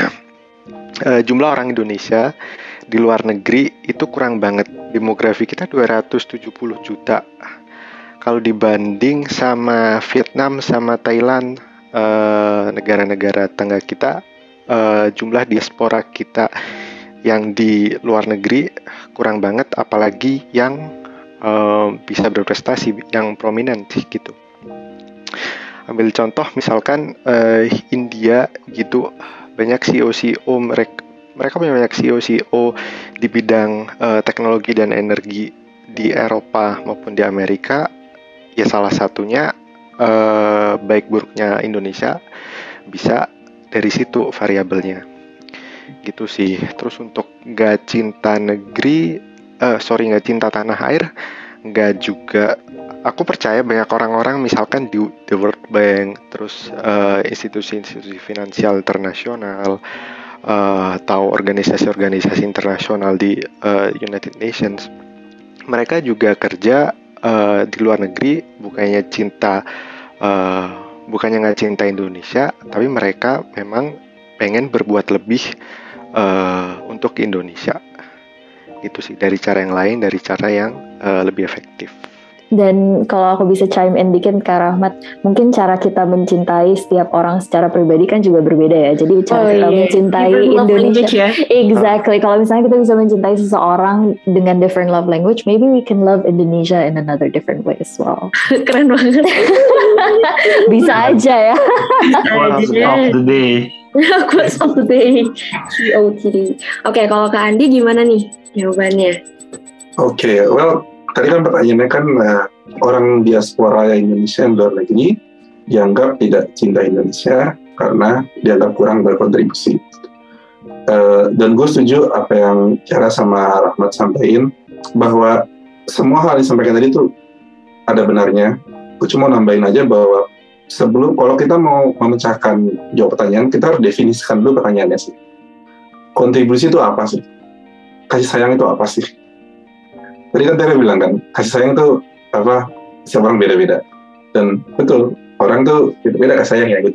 uh, jumlah orang Indonesia di luar negeri itu kurang banget. Demografi kita dua ratus tujuh puluh juta. Kalau dibanding sama Vietnam sama Thailand, uh, negara-negara tetangga kita, Uh, jumlah diaspora kita yang di luar negeri kurang banget, apalagi yang uh, bisa berprestasi, yang prominent gitu. Ambil contoh misalkan uh, India gitu, banyak C E O C E O mereka mereka punya banyak C E O C E O di bidang uh, teknologi dan energi di Eropa maupun di Amerika. Ya salah satunya uh, baik buruknya Indonesia bisa dari situ variabelnya gitu sih. Terus untuk nggak cinta negeri, uh, sorry nggak cinta tanah air, nggak juga. Aku percaya banyak orang-orang misalkan di the World Bank, terus uh, institusi-institusi finansial internasional, uh, atau organisasi-organisasi internasional di uh, United Nations, mereka juga kerja uh, di luar negeri, bukannya cinta uh, bukannya nggak cinta Indonesia, tapi mereka memang pengen berbuat lebih uh, untuk Indonesia. Gitu sih, dari cara yang lain, dari cara yang uh, lebih efektif. Dan kalau aku bisa chime in dikit Kak Rahmat, mungkin cara kita mencintai setiap orang secara pribadi kan juga berbeda ya. Jadi cara oh, kita iya. mencintai different Indonesia, ya? Exactly. Kalau misalnya kita bisa mencintai seseorang dengan different love language, maybe we can love Indonesia in another different way as well. Keren banget. Bisa aja ya. Quotes of the day. Quotes of the day. C O T D. Oke, kalau Kak Andi gimana nih jawabannya? Oke, okay, well tadi kan pertanyaannya kan uh, orang diaspora Indonesia yang luar negeri dianggap tidak cinta Indonesia karena dianggap kurang berkontribusi. Uh, dan gue setuju apa yang Tiara sama Rahmat sampaikan, bahwa semua hal yang disampaikan tadi itu ada benarnya. Gue cuma nambahin aja bahwa sebelum, kalau kita mau memecahkan jawab pertanyaan, kita harus definisikan dulu pertanyaannya sih. Kontribusi itu apa sih? Kasih sayang itu apa sih? Tadi kan Tere bilang kan, kasih sayang tuh apa? Setiap orang beda-beda. Dan betul, orang tuh beda-beda kasih sayang ya gitu.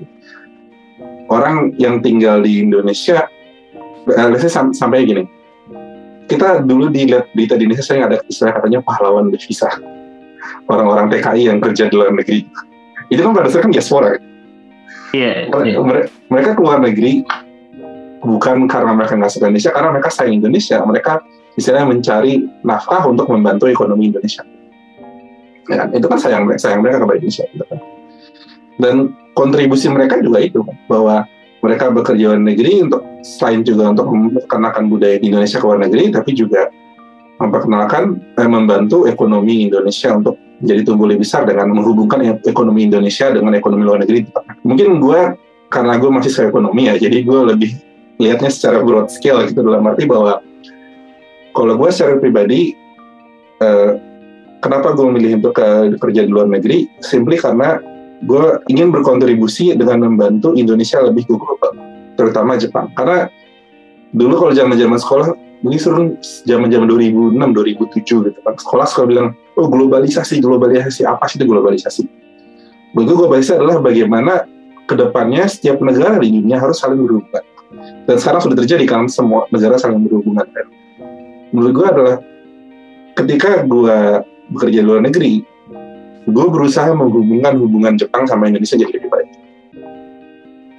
Orang yang tinggal di Indonesia, biasanya sam- sampai gini. Kita dulu dilihat berita di Indonesia sering ada istilah katanya pahlawan devisa. Orang-orang T K I yang kerja di luar negeri. Itu kan pada dasarnya kan diaspora. Iya. Yeah, yeah. Mereka, mereka keluar negeri bukan karena mereka nggak suka Indonesia, karena mereka sayang Indonesia. Mereka istilahnya mencari nafkah untuk membantu ekonomi Indonesia. Ya, itu kan sayang, sayang mereka kepada Indonesia. Gitu kan. Dan kontribusi mereka juga itu, bahwa mereka bekerja di luar negeri untuk selain juga untuk memperkenalkan budaya di Indonesia ke luar negeri, tapi juga memperkenalkan, eh, membantu ekonomi Indonesia untuk menjadi tumbuh lebih besar dengan menghubungkan ekonomi Indonesia dengan ekonomi luar negeri. Mungkin gue, karena gue masih secara ekonomi ya, jadi gue lebih lihatnya secara broad scale gitu, dalam arti bahwa kalau gue secara pribadi, eh, kenapa gue memilih untuk ke, kerja di luar negeri? Simply karena gue ingin berkontribusi dengan membantu Indonesia lebih ke global, terutama Jepang. Karena dulu kalau zaman-zaman sekolah, mungkin seru zaman-zaman dua ribu enam, dua ribu tujuh gitu kan. Sekolah sekolah bilang, oh globalisasi, globalisasi apa sih itu globalisasi? Bagi gue globalisasi adalah bagaimana kedepannya setiap negara di dunia harus saling berhubungan. Dan sekarang sudah terjadi kan, semua negara saling berhubungan kan. Menurut gue adalah ketika gue bekerja di luar negeri, gue berusaha menghubungkan hubungan Jepang sama Indonesia jadi lebih baik.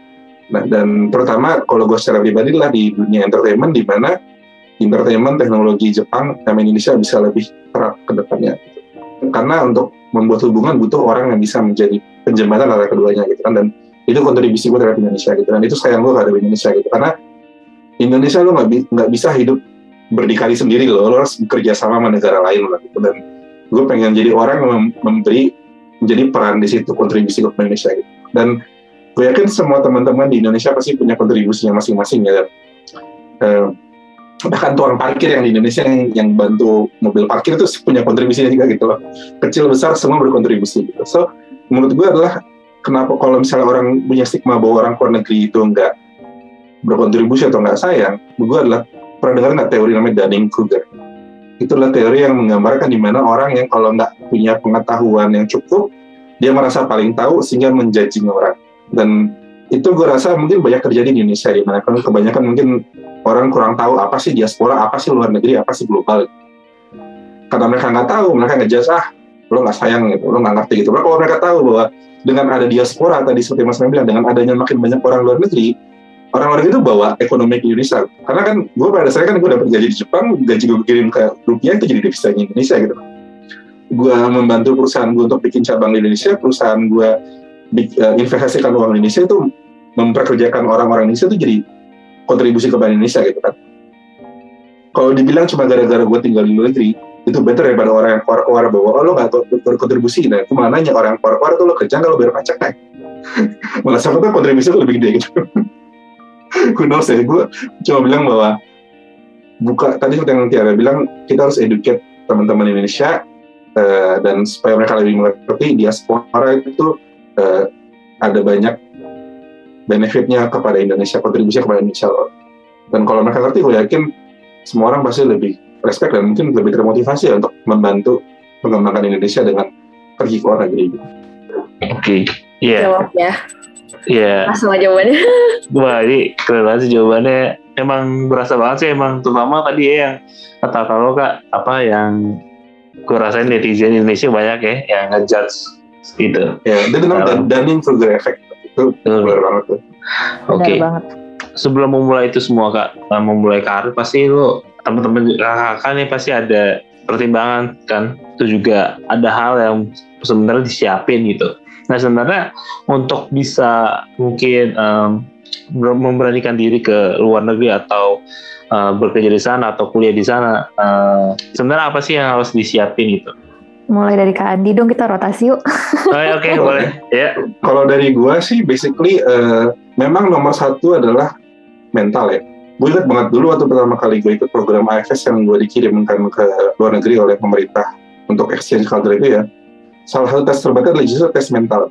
Nah, dan terutama kalau gue secara pribadi lah di dunia entertainment, di mana entertainment teknologi Jepang sama Indonesia bisa lebih erat ke depannya. Gitu. Karena untuk membuat hubungan butuh orang yang bisa menjadi penjembatan antara keduanya gitu kan. Dan itu kontribusi gue terhadap Indonesia gitu. Dan itu sayang gue terhadap Indonesia gitu. Karena Indonesia lo nggak bi- nggak bisa hidup berdikari sendiri lo, lo harus bekerja sama sama negara lain lah gitu. Dan gue pengen jadi orang yang mem- memberi menjadi peran di situ, kontribusi ke Indonesia gitu. Dan gue yakin semua teman-teman di Indonesia pasti punya kontribusinya masing-masing ya. Dan, eh, bahkan tukang parkir yang di Indonesia yang, yang bantu mobil parkir itu punya kontribusinya juga gitu loh. Kecil besar semua berkontribusi gitu. So menurut gue adalah kenapa kalau misalnya orang punya stigma bahwa orang luar negeri itu enggak berkontribusi atau enggak sayang, gue adalah pernah dengar nggak teori namanya Dunning-Kruger. Itulah teori yang menggambarkan di mana orang yang kalau nggak punya pengetahuan yang cukup, dia merasa paling tahu sehingga menjudging orang. Dan itu gue rasa mungkin banyak terjadi di Indonesia, di mana kan kebanyakan mungkin orang kurang tahu apa sih diaspora, apa sih luar negeri, apa sih global. Karena mereka nggak tahu, mereka ngejudge, ah lo nggak sayang gitu, lo nggak ngerti gitu. Kalau mereka tahu bahwa dengan ada diaspora tadi seperti Mas Mem bilang, dengan adanya makin banyak orang luar negeri, orang luar negeri itu bawa ekonomi ke Indonesia. Karena kan gue pada dasarnya kan gue dapat gaji di Jepang, gaji gue kirim ke rupiah itu jadi devisa Indonesia gitu. Gue membantu perusahaan gue untuk bikin cabang di Indonesia, perusahaan gue uh, investasikan uang di Indonesia itu memperkerjakan orang-orang Indonesia itu jadi kontribusi ke Bank Indonesia gitu kan. Kalau dibilang cuma gara-gara gue tinggal di luar negeri, itu better daripada orang yang keluar-keluar bahwa oh lo gak berkontribusi. Nah, itu malah nanya orang yang keluar-keluar tuh lo kerja gak lo bayar pajak kan? Malah siapa tuh kontribusi lo lebih gede gitu. Who knows ya, gue cuma bilang bahwa buka, tadi seperti yang Tiara bilang, kita harus educate teman-teman Indonesia uh, dan supaya mereka lebih mengerti diaspora itu uh, ada banyak benefitnya kepada Indonesia, kontribusi kepada Indonesia. Dan kalau mereka ngerti, gue yakin semua orang pasti lebih respect dan mungkin lebih termotivasi ya untuk membantu mengembangkan Indonesia dengan pergi ke luar negeri. Oke, okay. Iya. Jawab ya. Iya. Langsung aja jawabannya. Wah, ini keren banget sih jawabannya. Emang berasa banget sih, emang terutama tadi ya yang kata lo Kak, apa yang gue rasain netizen Indonesia banyak ya yang ngejudge gitu. Ya, itu namanya Dunning-Kruger effect. Itu benar banget tuh. Oke. Okay. Sebelum memulai itu semua Kak, memulai karir pasti lo teman-teman kakak nih pasti ada pertimbangan kan. Itu juga ada hal yang sebenarnya disiapin gitu. Nah sebenarnya untuk bisa mungkin um, memberanikan diri ke luar negeri atau uh, bekerja di sana atau kuliah di sana, uh, sebenarnya apa sih yang harus disiapin itu? Mulai dari Kak Andi dong, kita rotasi yuk. Oh, Oke, okay, boleh. Ya. Yeah. Kalau dari gue sih, basically uh, memang nomor satu adalah mental ya. Gue ingat banget dulu waktu pertama kali gue ikut program A F S yang gue dikirimkan ke luar negeri oleh pemerintah untuk exchange culture itu ya. Salah satu tes terbatas adalah justru tes mental.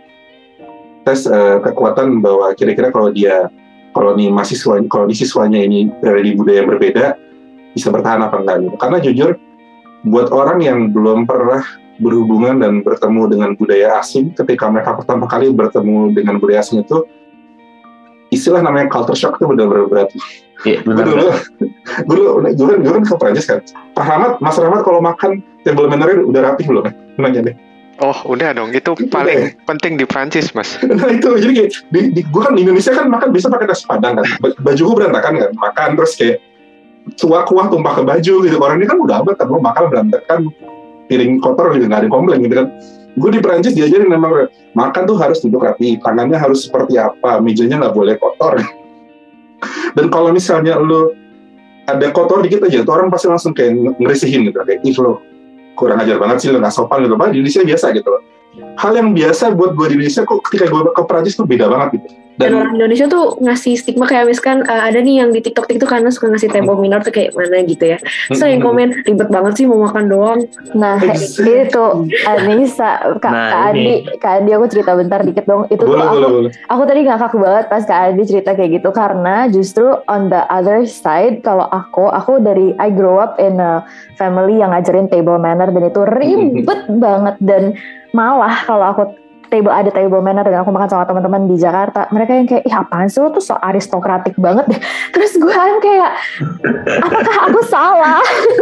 Tes uh, kekuatan bahwa kira-kira kalau dia, kalau nih mahasiswa, kalau nih siswanya ini berada di budaya yang berbeda, bisa bertahan apa enggak gitu. Karena jujur, buat orang yang belum pernah berhubungan dan bertemu dengan budaya asing, ketika mereka pertama kali bertemu dengan budaya asing itu, istilah namanya culture shock itu benar-benar berat. Iya, benar. Gue dulu, gue dulu, gue kan, gue kan ke Prancis kan. Pak Rahmat, Mas Rahmat kalau makan table manner-nya udah rapi belum? Nanya deh. Oh, udah dong. Itu paling udah. Penting di Prancis, Mas. Nah itu, jadi kayak, di, di, gue kan di Indonesia kan makan bisa pakai nasi padang kan. Baju gue berantakan kan, makan terus kayak kuah-kuah tumpah ke baju gitu. Orang ini kan udah abad kan, lo makan berantakan, piring kotor juga nggak ada komplain gitu kan. Gue di Perancis diajarin memang makan tuh harus duduk rapi, tangannya harus seperti apa, mejanya nggak boleh kotor. Dan kalau misalnya lo ada kotor dikit aja, tuh orang pasti langsung kayak ngerisihin gitu, kayak ih lo kurang ajar banget sih, lo nggak sopan gitu. Padahal di Indonesia biasa gitu. Hal yang biasa buat gue di Indonesia kok ketika gue ke Perancis tuh beda banget gitu. Dan, Dan orang Indonesia tuh ngasih stigma kayak misalkan uh, ada nih yang di TikTok itu karena suka ngasih table minor tuh kayak mana gitu ya. Terus yang komen ribet banget sih mau makan doang. Nah itu Anissa, Kak, nah, Kak Andi, Kak Andi aku cerita bentar dikit dong. Itu boleh, tuh aku, boleh, boleh. aku tadi ngakak banget pas Kak Andi cerita kayak gitu karena justru on the other side kalau aku, aku dari I grow up in a family yang ngajarin table manner dan itu ribet banget dan malah kalau aku table ada table manner dan aku makan sama teman-teman di Jakarta, mereka yang kayak ih apaan sih lo tuh so aristokratik banget deh. Terus gue kan kayak apakah aku salah?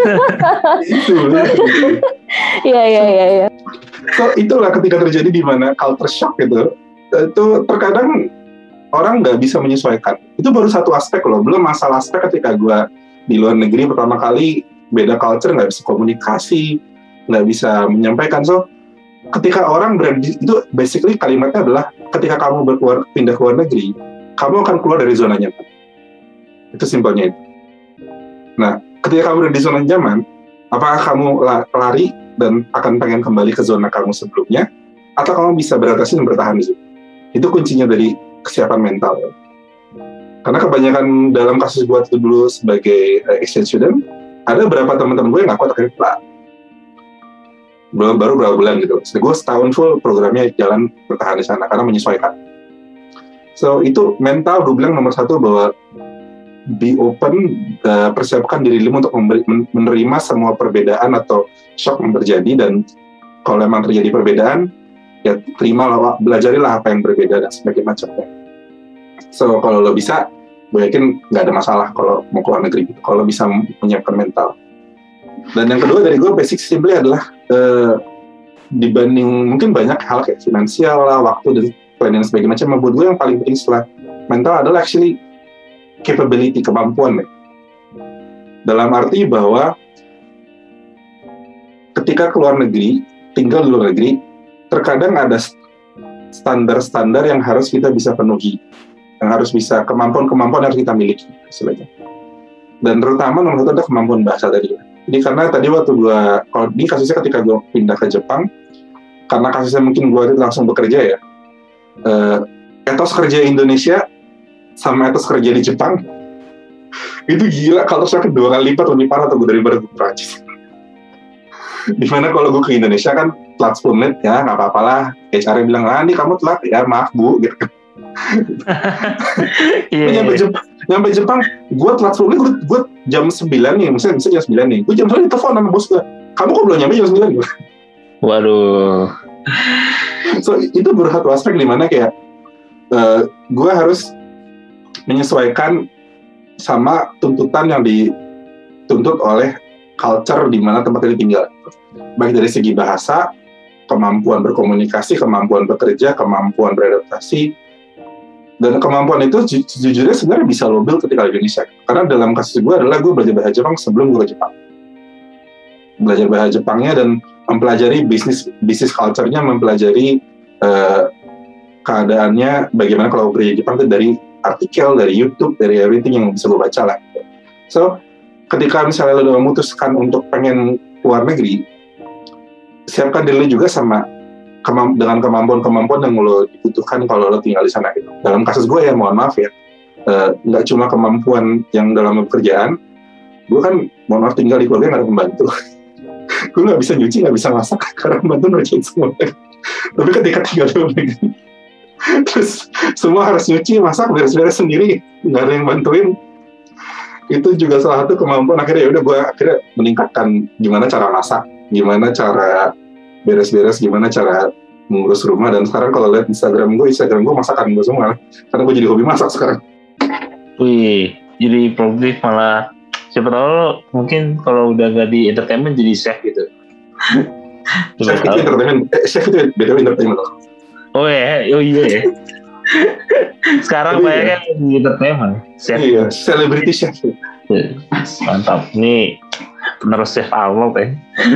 Iya iya iya iya. So itulah ketika terjadi di mana culture shock gitu. Itu terkadang orang nggak bisa menyesuaikan. Itu baru satu aspek loh, belum masalah aspek ketika gue di luar negeri pertama kali, beda culture, nggak bisa komunikasi, nggak bisa menyampaikan. So ketika orang berada, itu basically kalimatnya adalah ketika kamu berkeluar, pindah ke luar negeri, kamu akan keluar dari zona nyaman. Itu simpelnya itu. Nah, ketika kamu berada di zona nyaman, apakah kamu lari dan akan pengen kembali ke zona kamu sebelumnya, atau kamu bisa beradaptasi dan bertahan di situ? Itu kuncinya dari kesiapan mental. Karena kebanyakan dalam kasus gue itu dulu sebagai exchange student, ada beberapa teman-teman gue yang ngaku akhirnya telat. Baru, baru berapa bulan gitu. So, gue setahun full programnya jalan bertahan di sana karena menyesuaikan. So itu mental gue bilang nomor satu, bahwa be open, uh, persiapkan diri lu untuk memberi, menerima semua perbedaan atau shock yang terjadi, dan kalau memang terjadi perbedaan, ya terimalah, belajarilah apa yang berbeda dan sebagainya macamnya. So kalau lo bisa, gue yakin nggak ada masalah kalau mau keluar negeri gitu, kalau bisa menyiapkan mental. Dan yang kedua dari gue basic simply adalah uh, dibanding mungkin banyak hal kayak finansial lah, waktu dan planning dan sebagainya macam, buat gue yang paling penting setelah mental adalah actually capability, kemampuan. Dalam arti bahwa ketika keluar negeri, tinggal di luar negeri, terkadang ada standar-standar yang harus kita bisa penuhi, yang harus bisa, kemampuan-kemampuan yang harus kita miliki istilahnya. Dan terutama nomor satu adalah kemampuan bahasa tadi. Jadi karena tadi waktu gue, kalau ini kasusnya ketika gue pindah ke Jepang, karena kasusnya mungkin gue langsung bekerja ya, eh, etos kerja Indonesia sama etos kerja di Jepang itu gila, kalau saya kedua kali lipat lebih parah atau daripada gue Prancis. Dimana kalau gue ke Indonesia kan telat sepuluh menit ya nggak apa-apa lah, H R bilang ah ini kamu telat ya maaf bu gitu. yeah. nyampe Jepang, nyampe Jepang gue telat sepuluh menit, gue, gue jam sembilan nih, misalnya, misalnya jam sembilan nih, gue jam sembilan telepon sama bos gue, kamu kok belum nyampe jam sembilan gitu. Waduh. So itu baru satu aspek di mana kayak uh, gue harus menyesuaikan sama tuntutan yang dituntut oleh culture di mana tempat ini tinggal, baik dari segi bahasa, kemampuan berkomunikasi, kemampuan bekerja, kemampuan beradaptasi, dan kemampuan itu ju- jujurnya sebenarnya bisa lo build ketika di Indonesia. Karena dalam kasus gue adalah gue belajar bahasa Jepang sebelum gue ke Jepang, belajar bahasa Jepangnya dan mempelajari bisnis bisnis culture-nya, mempelajari uh, keadaannya bagaimana kalau kerja di Jepang itu dari artikel, dari YouTube, dari everything yang bisa gue baca lah. So, ketika misalnya lo udah memutuskan untuk pengen keluar negeri, siapkan diri lo juga sama kemamp- dengan kemampuan-kemampuan yang lo dibutuhkan kalau lo tinggal di sana gitu. Dalam kasus gue ya, mohon maaf ya, uh, nggak cuma kemampuan yang dalam pekerjaan, gue kan mohon maaf tinggal di keluarga nggak ada pembantu. Gue nggak bisa nyuci, nggak bisa masak, karena pembantu ngerjain semua. Tapi ketika tinggal di luar negeri, terus semua harus nyuci, masak, beres-beres sendiri, nggak ada yang bantuin. Itu juga salah satu kemampuan. Akhirnya ya udah gue akhirnya meningkatkan gimana cara masak, gimana cara beres-beres, gimana cara mengurus rumah. Dan sekarang kalau lihat Instagram gue, Instagram gue masakan gue semua, karena gue jadi hobi masak sekarang. Wih, jadi produktif malah. Siapa tahu mungkin kalau udah gak di entertainment jadi chef gitu. Chef itu entertainment, eh, chef itu beda entertainment loh. Oh ya, oh iya ya. Sekarang banyak kan di entertainment. Chef. Iya, celebrity chef. Mantap. Ini penerus chef Arnold ya.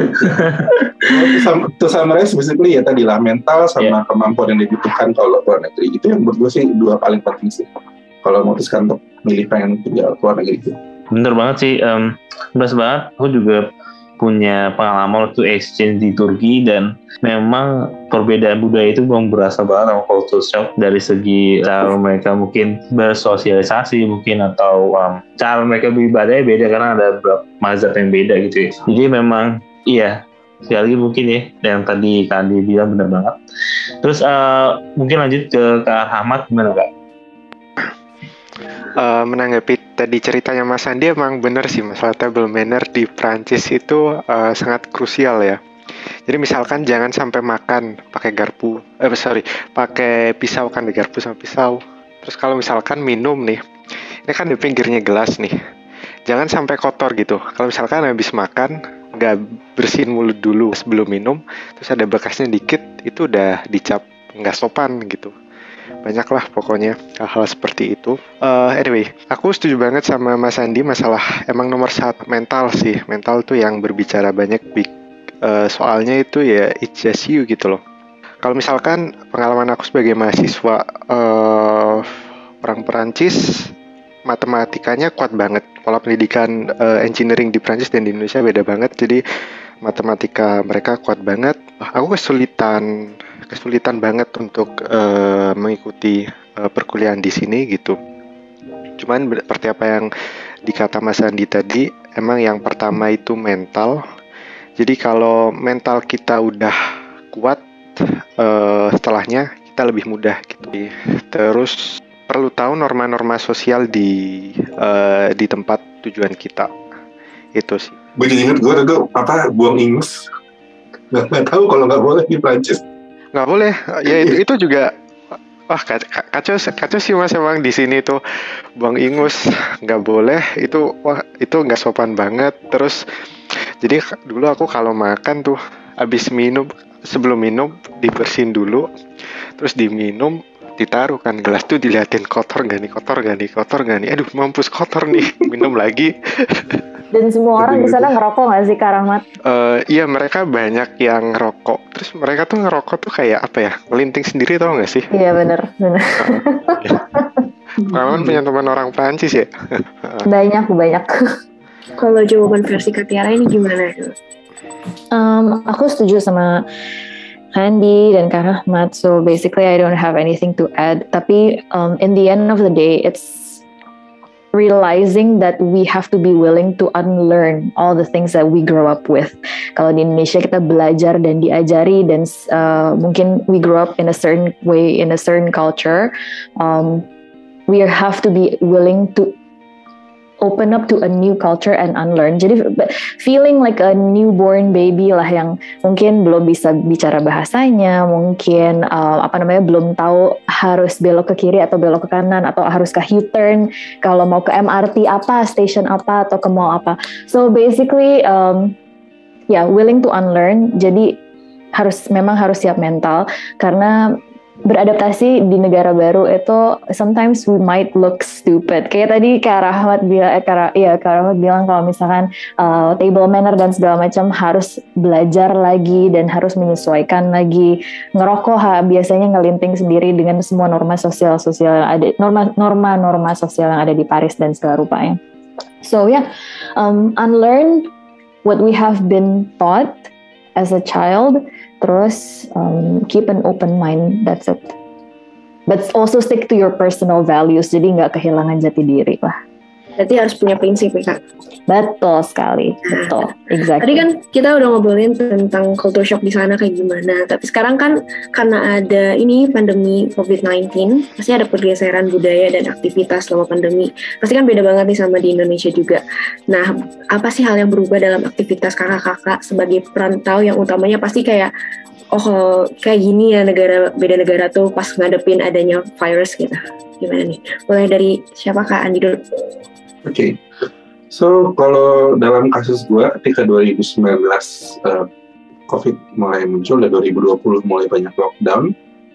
To summarize basically ya tadi lah, mental sama yeah. kemampuan yang dibutuhkan kalau keluar negeri. Itu yang menurut gue sih dua paling penting sih kalau memutuskan untuk milih pengen tinggal keluar negeri itu. Bener banget sih, um, bener banget. Aku juga punya pengalaman waktu exchange di Turki, dan memang perbedaan budaya itu memang berasa banget sama culture shock dari segi cara mereka mungkin bersosialisasi mungkin, atau um, cara mereka beribadah beda karena ada beberapa mazhab yang beda gitu ya. Jadi memang iya, sekali lagi mungkin ya yang tadi Kak Andi bilang benar banget. Terus uh, mungkin lanjut ke Kak Ahmad, gimana Kak? Uh, menanggapi tadi ceritanya Mas Andi, emang benar sih masalah table manner di Prancis itu uh, sangat krusial ya. Jadi misalkan jangan sampai makan pakai garpu, eh sorry, pakai pisau, kan di garpu sama pisau. Terus kalau misalkan minum nih, ini kan di pinggirnya gelas nih, jangan sampai kotor gitu. Kalau misalkan habis makan nggak bersihin mulut dulu sebelum minum, terus ada bekasnya dikit, itu udah dicap nggak sopan gitu. banyaklah pokoknya hal-hal seperti itu. Uh, anyway, aku setuju banget sama Mas Andi masalah emang nomor satu mental sih. Mental tuh yang berbicara banyak, big. Uh, soalnya itu ya it's just you gitu loh. Kalau misalkan pengalaman aku sebagai mahasiswa uh, orang Perancis, matematikanya kuat banget. Pola pendidikan uh, engineering di Perancis dan di Indonesia beda banget. Jadi matematika mereka kuat banget. Aku kesulitan kesulitan banget untuk uh, mengikuti uh, perkuliahan di sini gitu. Cuman seperti apa yang dikata Mas Andi tadi, emang yang pertama itu mental. Jadi kalau mental kita udah kuat, uh, setelahnya kita lebih mudah gitu. Terus perlu tahu norma-norma sosial di uh, di tempat tujuan kita. Itu sih. Gue jadi inget gue dulu apa buang ingus. Nggak, nggak tahu kalau nggak boleh di Prancis. Nggak boleh. Ya itu, itu juga. Wah kacau kacau sih Mas, emang di sini tuh buang ingus nggak boleh. Itu wah itu nggak sopan banget. Terus jadi dulu aku kalau makan tuh abis minum, sebelum minum dibersihin dulu. Terus diminum, ditaruh kan gelas tuh, diliatin kotor gak nih, kotor gak nih, kotor gak nih. Aduh mampus kotor nih, minum lagi. Dan semua orang di sana ngerokok nggak sih, Kak Rahmat? Uh, iya mereka banyak yang ngerokok. Terus mereka tuh ngerokok tuh kayak apa ya? Melinting sendiri, tau nggak sih? Iya benar, benar. Kawan punya teman orang Prancis ya? Banyak banyak. Kalau jawaban versi Kak Tiara ini gimana? Um, aku setuju sama Andi dan Kak Rahmat. So basically I don't have anything to add. Tapi um, in the end of the day, it's realizing that we have to be willing to unlearn all the things that we grow up with. Kalau di Indonesia kita belajar dan diajari dan uh, mungkin we grow up in a certain way, in a certain culture, um, we have to be willing to open up to a new culture and unlearn. Jadi feeling like a newborn baby lah, yang mungkin belum bisa bicara bahasanya, mungkin uh, apa namanya belum tahu harus belok ke kiri atau belok ke kanan, atau harus ke U-turn kalau mau ke M R T apa, station apa, atau ke mall apa. So basically um, ya yeah, willing to unlearn. Jadi harus memang harus siap mental, karena beradaptasi di negara baru itu sometimes we might look stupid. Kayak tadi Kak Rahmat bilang, eh, Kak, ya, Kak Rahmat bilang kalau misalkan uh, table manner dan segala macam harus belajar lagi dan harus menyesuaikan lagi. Ngerokok ha, biasanya ngelinting sendiri dengan semua norma sosial-sosial yang ada, norma norma-norma sosial yang ada di Paris dan segala rupanya. So yeah, um, unlearn what we have been taught as a child. Terus um, keep an open mind, that's it. But also stick to your personal values, jadi nggak kehilangan jati diri lah. Berarti harus punya prinsip ya Kak? Betul sekali, betul, exactly. Tadi kan kita udah ngobrolin tentang culture shock di sana kayak gimana, tapi sekarang kan karena ada ini pandemi covid sembilan belas, pasti ada pergeseran budaya dan aktivitas selama pandemi. Pasti kan beda banget nih sama di Indonesia juga. Nah, apa sih hal yang berubah dalam aktivitas kakak-kakak sebagai perantau yang utamanya pasti kayak, oh kayak gini ya negara, beda negara tuh pas ngadepin adanya virus gitu. Gimana nih? Mulai dari siapa Kak Andi dulu? Oke, okay. So kalau dalam kasus gue ketika dua ribu sembilan belas uh, COVID mulai muncul dan dua ribu dua puluh mulai banyak lockdown,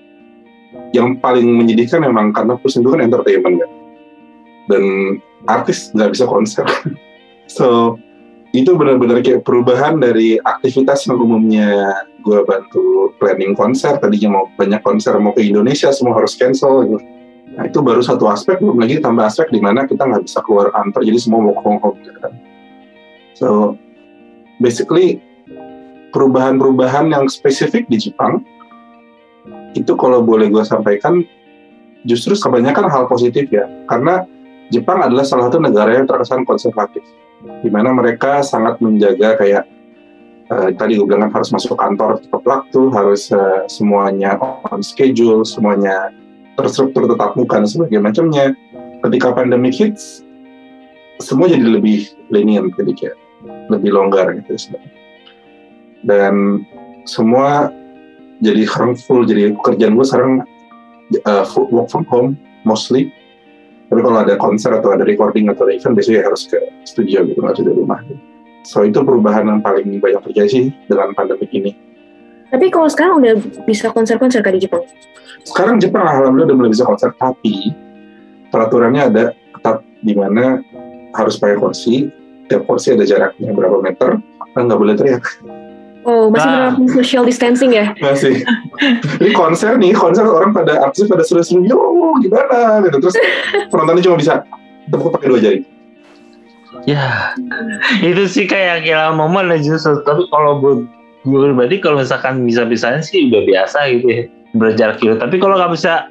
yang paling menyedihkan memang karena pusing itu kan entertainment kan, dan artis nggak bisa konser. So itu benar-benar kayak perubahan dari aktivitas yang umumnya gue bantu planning konser, tadinya mau banyak konser mau ke Indonesia semua harus cancel gitu. Nah itu baru satu aspek, belum lagi tambah aspek di mana kita nggak bisa keluar kantor, jadi semua work from home gitu kan. So basically perubahan-perubahan yang spesifik di Jepang itu kalau boleh gue sampaikan justru kebanyakan hal positif ya, karena Jepang adalah salah satu negara yang terkesan konservatif, di mana mereka sangat menjaga kayak uh, tadi gue bilang harus masuk kantor tepat waktu, harus uh, semuanya on schedule, semuanya terstruktur tetap muka dan sebagainya macamnya. Ketika pandemic hits, semua jadi lebih lenient, jadi kayak lebih longgar gitu. Dan semua jadi sekarang full, jadi pekerjaan gue sekarang uh, work from home mostly. Tapi kalau ada konser atau ada recording atau ada event, biasanya harus ke studio gitu, nggak bisa di rumah. So itu perubahan yang paling banyak terjadi sih dengan pandemik ini. Tapi kalau sekarang udah bisa konser-konser kan di Jepang? Sekarang Jepang alhamdulillah udah mulai bisa konser, tapi peraturannya ada ketat di mana harus pakai kursi, tiap kursi ada jaraknya berapa meter, dan nggak boleh teriak. Oh, masih Nah. berlaku social distancing ya? Masih. Ini konser nih, konser orang pada artis pada seru-seru, yo gimana gitu. Terus penontonnya cuma bisa tepuk pakai dua jari. Ya, itu sih kayak kehilangan momen lah justru. Tapi kalau buat gue pribadi, kalau misalkan bisa-bisanya sih udah biasa gitu ya, berjarak kilo. Tapi kalau nggak bisa,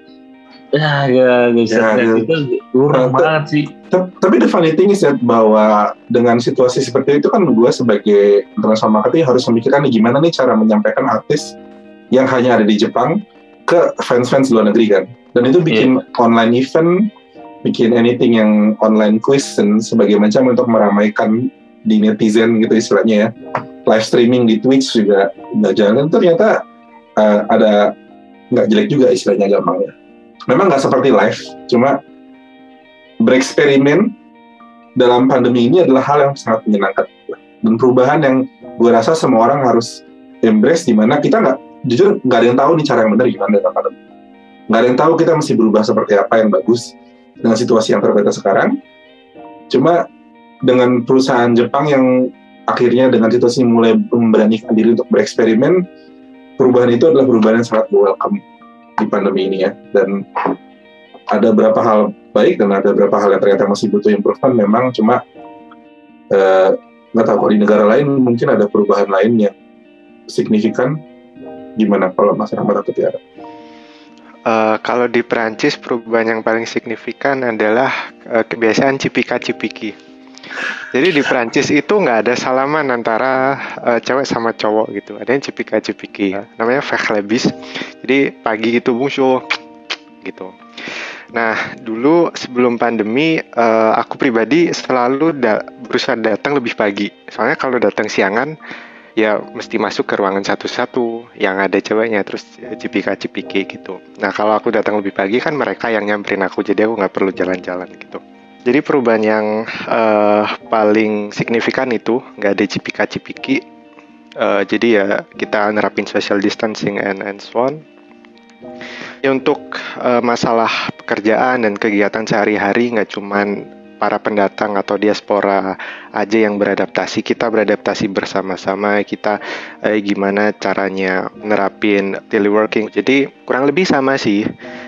ya nggak bisa Ya, ya. gitu, kurang Nah, banget sih. Tapi the funny thing is ya, bahwa dengan situasi seperti itu kan gue sebagai international marketing harus memikirkan nih, gimana nih cara menyampaikan artis yang hanya ada di Jepang ke fans-fans luar negeri kan. Dan itu bikin online event, bikin anything yang online quiz dan sebagainya macam untuk meramaikan di netizen gitu istilahnya ya. Live streaming di Twitch juga nggak jalan, ternyata uh, ada nggak jelek juga istilahnya gampangnya. Memang nggak seperti live, cuma bereksperimen dalam pandemi ini adalah hal yang sangat menyenangkan dan perubahan yang gue rasa semua orang harus embrace, di mana kita nggak, jujur nggak ada yang tahu nih cara yang benar gimana dalam pandemi, nggak ada yang tahu kita mesti berubah seperti apa yang bagus dengan situasi yang terbatas sekarang. Cuma dengan perusahaan Jepang yang akhirnya dengan situasi mulai memberanikan diri untuk bereksperimen, perubahan itu adalah perubahan yang sangat welcome di pandemi ini ya. Dan ada beberapa hal baik dan ada beberapa hal yang ternyata masih butuh improvement memang, cuma eh, nggak tahu kalau di negara lain mungkin ada perubahan lain yang signifikan. Gimana kalau Mas Rahmat atau Tiara? Uh, kalau di Perancis perubahan yang paling signifikan adalah uh, kebiasaan cipika-cipiki. Jadi di Perancis itu nggak ada salaman antara uh, cewek sama cowok gitu. Ada yang cipika-cipiki, namanya verklebis. Jadi pagi itu musuh gitu. Nah, dulu sebelum pandemi, uh, aku pribadi selalu da- berusaha datang lebih pagi. Soalnya kalau datang siangan, ya mesti masuk ke ruangan satu-satu yang ada ceweknya, terus cipika-cipiki gitu. Nah, kalau aku datang lebih pagi kan mereka yang nyamperin aku, jadi aku nggak perlu jalan-jalan gitu. Jadi perubahan yang uh, paling signifikan itu nggak ada cipika-cipiki. Uh, jadi ya kita nerapin social distancing and, and so on. Ya, untuk uh, masalah pekerjaan dan kegiatan sehari-hari nggak cuman para pendatang atau diaspora aja yang beradaptasi, kita beradaptasi bersama-sama, kita eh, gimana caranya nerapin teleworking. Jadi kurang lebih sama sih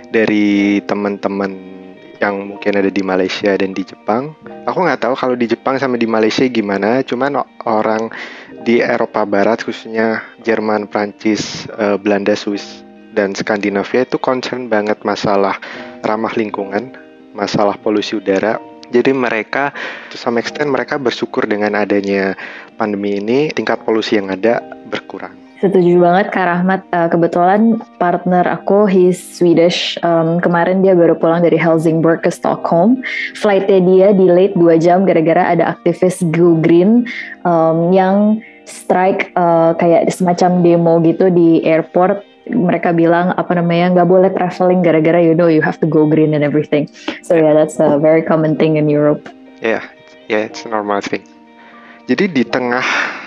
dari teman-teman yang mungkin ada di Malaysia dan di Jepang. Aku nggak tahu kalau di Jepang sama di Malaysia gimana, cuman orang di Eropa Barat khususnya Jerman, Prancis, eh, Belanda, Swiss dan Skandinavia itu concern banget masalah ramah lingkungan, masalah polusi udara. Jadi mereka, to some extent mereka bersyukur dengan adanya pandemi ini, tingkat polusi yang ada berkurang. Setuju banget Kak Rahmat. Uh, kebetulan partner aku, he's Swedish. Um, kemarin dia baru pulang dari Helsingborg ke Stockholm. Flightnya dia delayed dua jam gara-gara ada aktivis Go Green um, yang strike uh, kayak semacam demo gitu di airport. Mereka bilang apa namanya nggak boleh traveling gara-gara you know you have to go green and everything. So yeah, that's a very common thing in Europe. Yeah, yeah, it's a normal thing. Jadi di tengah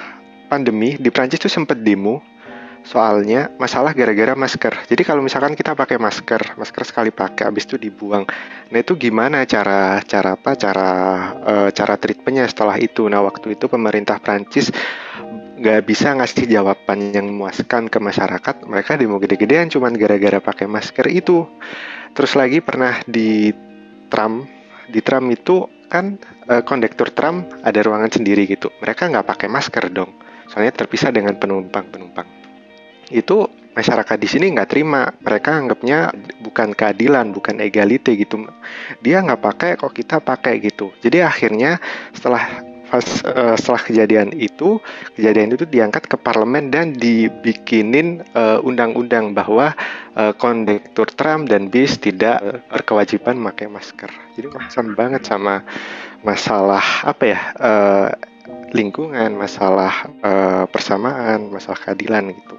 pandemi di Prancis tuh sempat demo soalnya masalah gara-gara masker. Jadi kalau misalkan kita pakai masker, masker sekali pakai, habis itu dibuang. Nah itu gimana cara cara apa cara uh, cara treatmentnya setelah itu? Nah waktu itu pemerintah Prancis nggak bisa ngasih jawaban yang memuaskan ke masyarakat. Mereka demo gede-gedean cuman gara-gara pakai masker itu. Terus lagi pernah di tram, di tram itu kan uh, kondektur tram ada ruangan sendiri gitu. Mereka nggak pakai masker dong, soalnya terpisah dengan penumpang-penumpang. Itu masyarakat di sini nggak terima. Mereka anggapnya bukan keadilan, bukan egalite gitu. Dia nggak pakai kok kita pakai gitu. Jadi akhirnya setelah Pas, uh, setelah kejadian itu, kejadian itu diangkat ke parlemen dan dibikinin uh, undang-undang bahwa uh, kondektur tram dan bis tidak uh, berkewajiban memakai masker. Jadi concern banget sama masalah apa ya uh, lingkungan, masalah uh, persamaan, masalah keadilan gitu.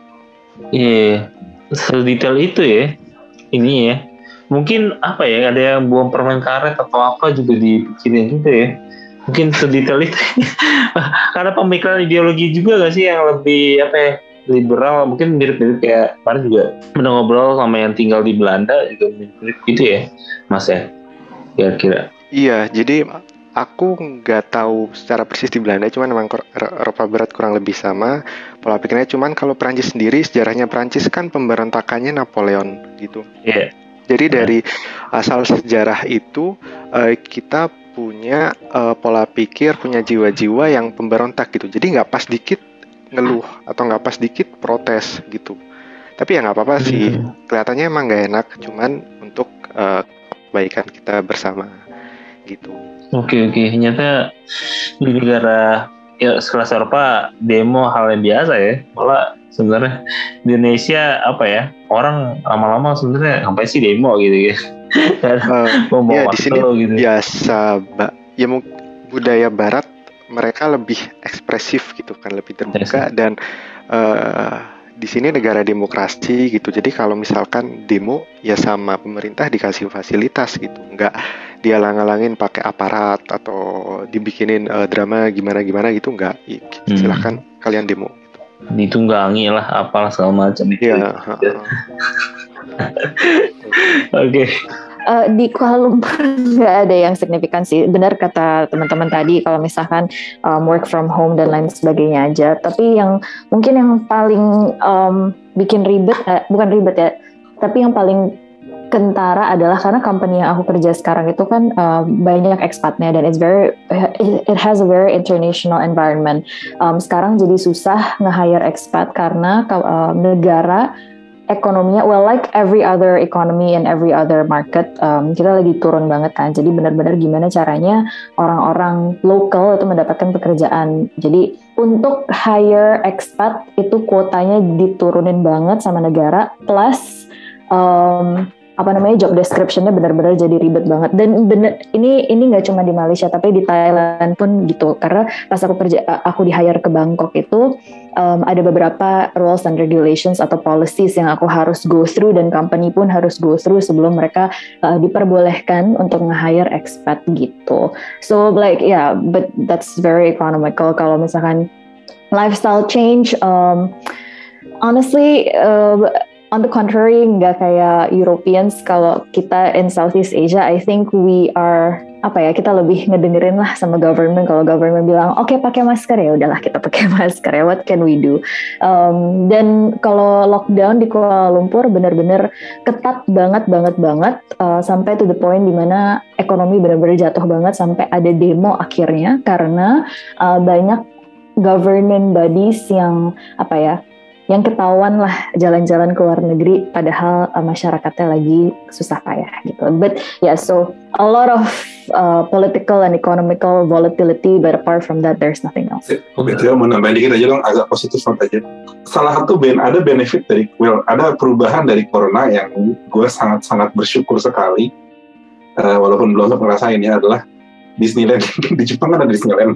Iya, yeah, sedetail itu ya. Ini ya, mungkin apa ya, ada yang buang permen karet atau apa juga dipikirin juga ya. Mungkin sedetail itu karena pemikiran ideologi juga gak sih yang lebih apa ya, liberal, mungkin mirip-mirip kayak kemarin juga pernah ngobrol sama yang tinggal di Belanda juga mirip gitu ya, Mas ya, kira-kira. Iya, jadi aku nggak tahu secara persis di Belanda, cuman memang Eropa Barat kurang lebih sama pola pikirnya. Cuman kalau Prancis sendiri, sejarahnya Prancis kan pemberontakannya Napoleon gitu. Iya. Yeah. Jadi dari asal sejarah itu uh, kita punya uh, pola pikir, punya jiwa-jiwa yang pemberontak gitu. Jadi nggak pas dikit ngeluh atau nggak pas dikit protes gitu. Tapi ya nggak apa-apa sih. Kelihatannya emang nggak enak, cuman untuk uh, kebaikan kita bersama gitu. Oke oke, ternyata di negara ya sekelas Eropa demo hal yang biasa ya. Malah sebenarnya di Indonesia apa ya, orang lama-lama sebenarnya sampai sih demo gitu ya. uh, ya di sini gitu. Biasa, Mbak. Ya budaya Barat mereka lebih ekspresif gitu kan, lebih terbuka. Yes. Dan uh, di sini negara demokrasi gitu. Jadi kalau misalkan demo ya sama pemerintah dikasih fasilitas gitu. Enggak dihalang-halangin pakai aparat atau dibikinin uh, drama gimana-gimana gitu, enggak. Silahkan hmm. kalian demo gitu. Ditunggangi lah apalah segala macam itu. Iya. Oke. Uh, di Kuala Lumpur nggak ada yang signifikan sih. Benar kata teman-teman tadi kalau misalkan um, work from home dan lain sebagainya aja. Tapi yang mungkin yang paling um, bikin ribet, eh, bukan ribet ya, tapi yang paling kentara adalah karena company yang aku kerja sekarang itu kan uh, banyak expatnya dan it's very it has a very international environment. Um, sekarang jadi susah nge-hire expat karena uh, negara ekonominya, well like every other economy and every other market, um, kita lagi turun banget kan. Jadi benar-benar gimana caranya orang-orang lokal itu mendapatkan pekerjaan. Jadi untuk hire expat itu kuotanya diturunin banget sama negara. Plus um, apa namanya job description-nya benar-benar jadi ribet banget. Dan bener ini ini nggak cuma di Malaysia tapi di Thailand pun gitu. Karena pas aku kerja aku di hire ke Bangkok itu um, ada beberapa rules and regulations atau policies yang aku harus go through dan company pun harus go through sebelum mereka uh, diperbolehkan untuk nge-hire expat gitu. So like yeah, but that's very economical. Kalau misalkan lifestyle change, um, honestly. Uh, On the contrary, nggak kayak Europeans. Kalau kita in Southeast Asia, I think we are apa ya, kita lebih ngedengerin lah sama government. Kalau government bilang oke okay, pakai masker, ya udahlah kita pakai masker ya. What can we do? Um, dan kalau lockdown di Kuala Lumpur benar-benar ketat banget banget banget uh, sampai to the point dimana ekonomi benar-benar jatuh banget sampai ada demo akhirnya karena uh, banyak government bodies yang apa ya, yang ketahuan lah jalan-jalan ke luar negeri padahal uh, masyarakatnya lagi susah payah gitu. But yeah, so a lot of uh, political and economical volatility, but apart from that there's nothing else. Oke, okay, mau nambahin dikit aja dong, agak positif aja. Salah satu ben ada benefit dari, well, ada perubahan dari corona yang gue sangat-sangat bersyukur sekali, uh, walaupun belum ngerasain ya, adalah Disneyland. Di Jepang kan ada Disneyland.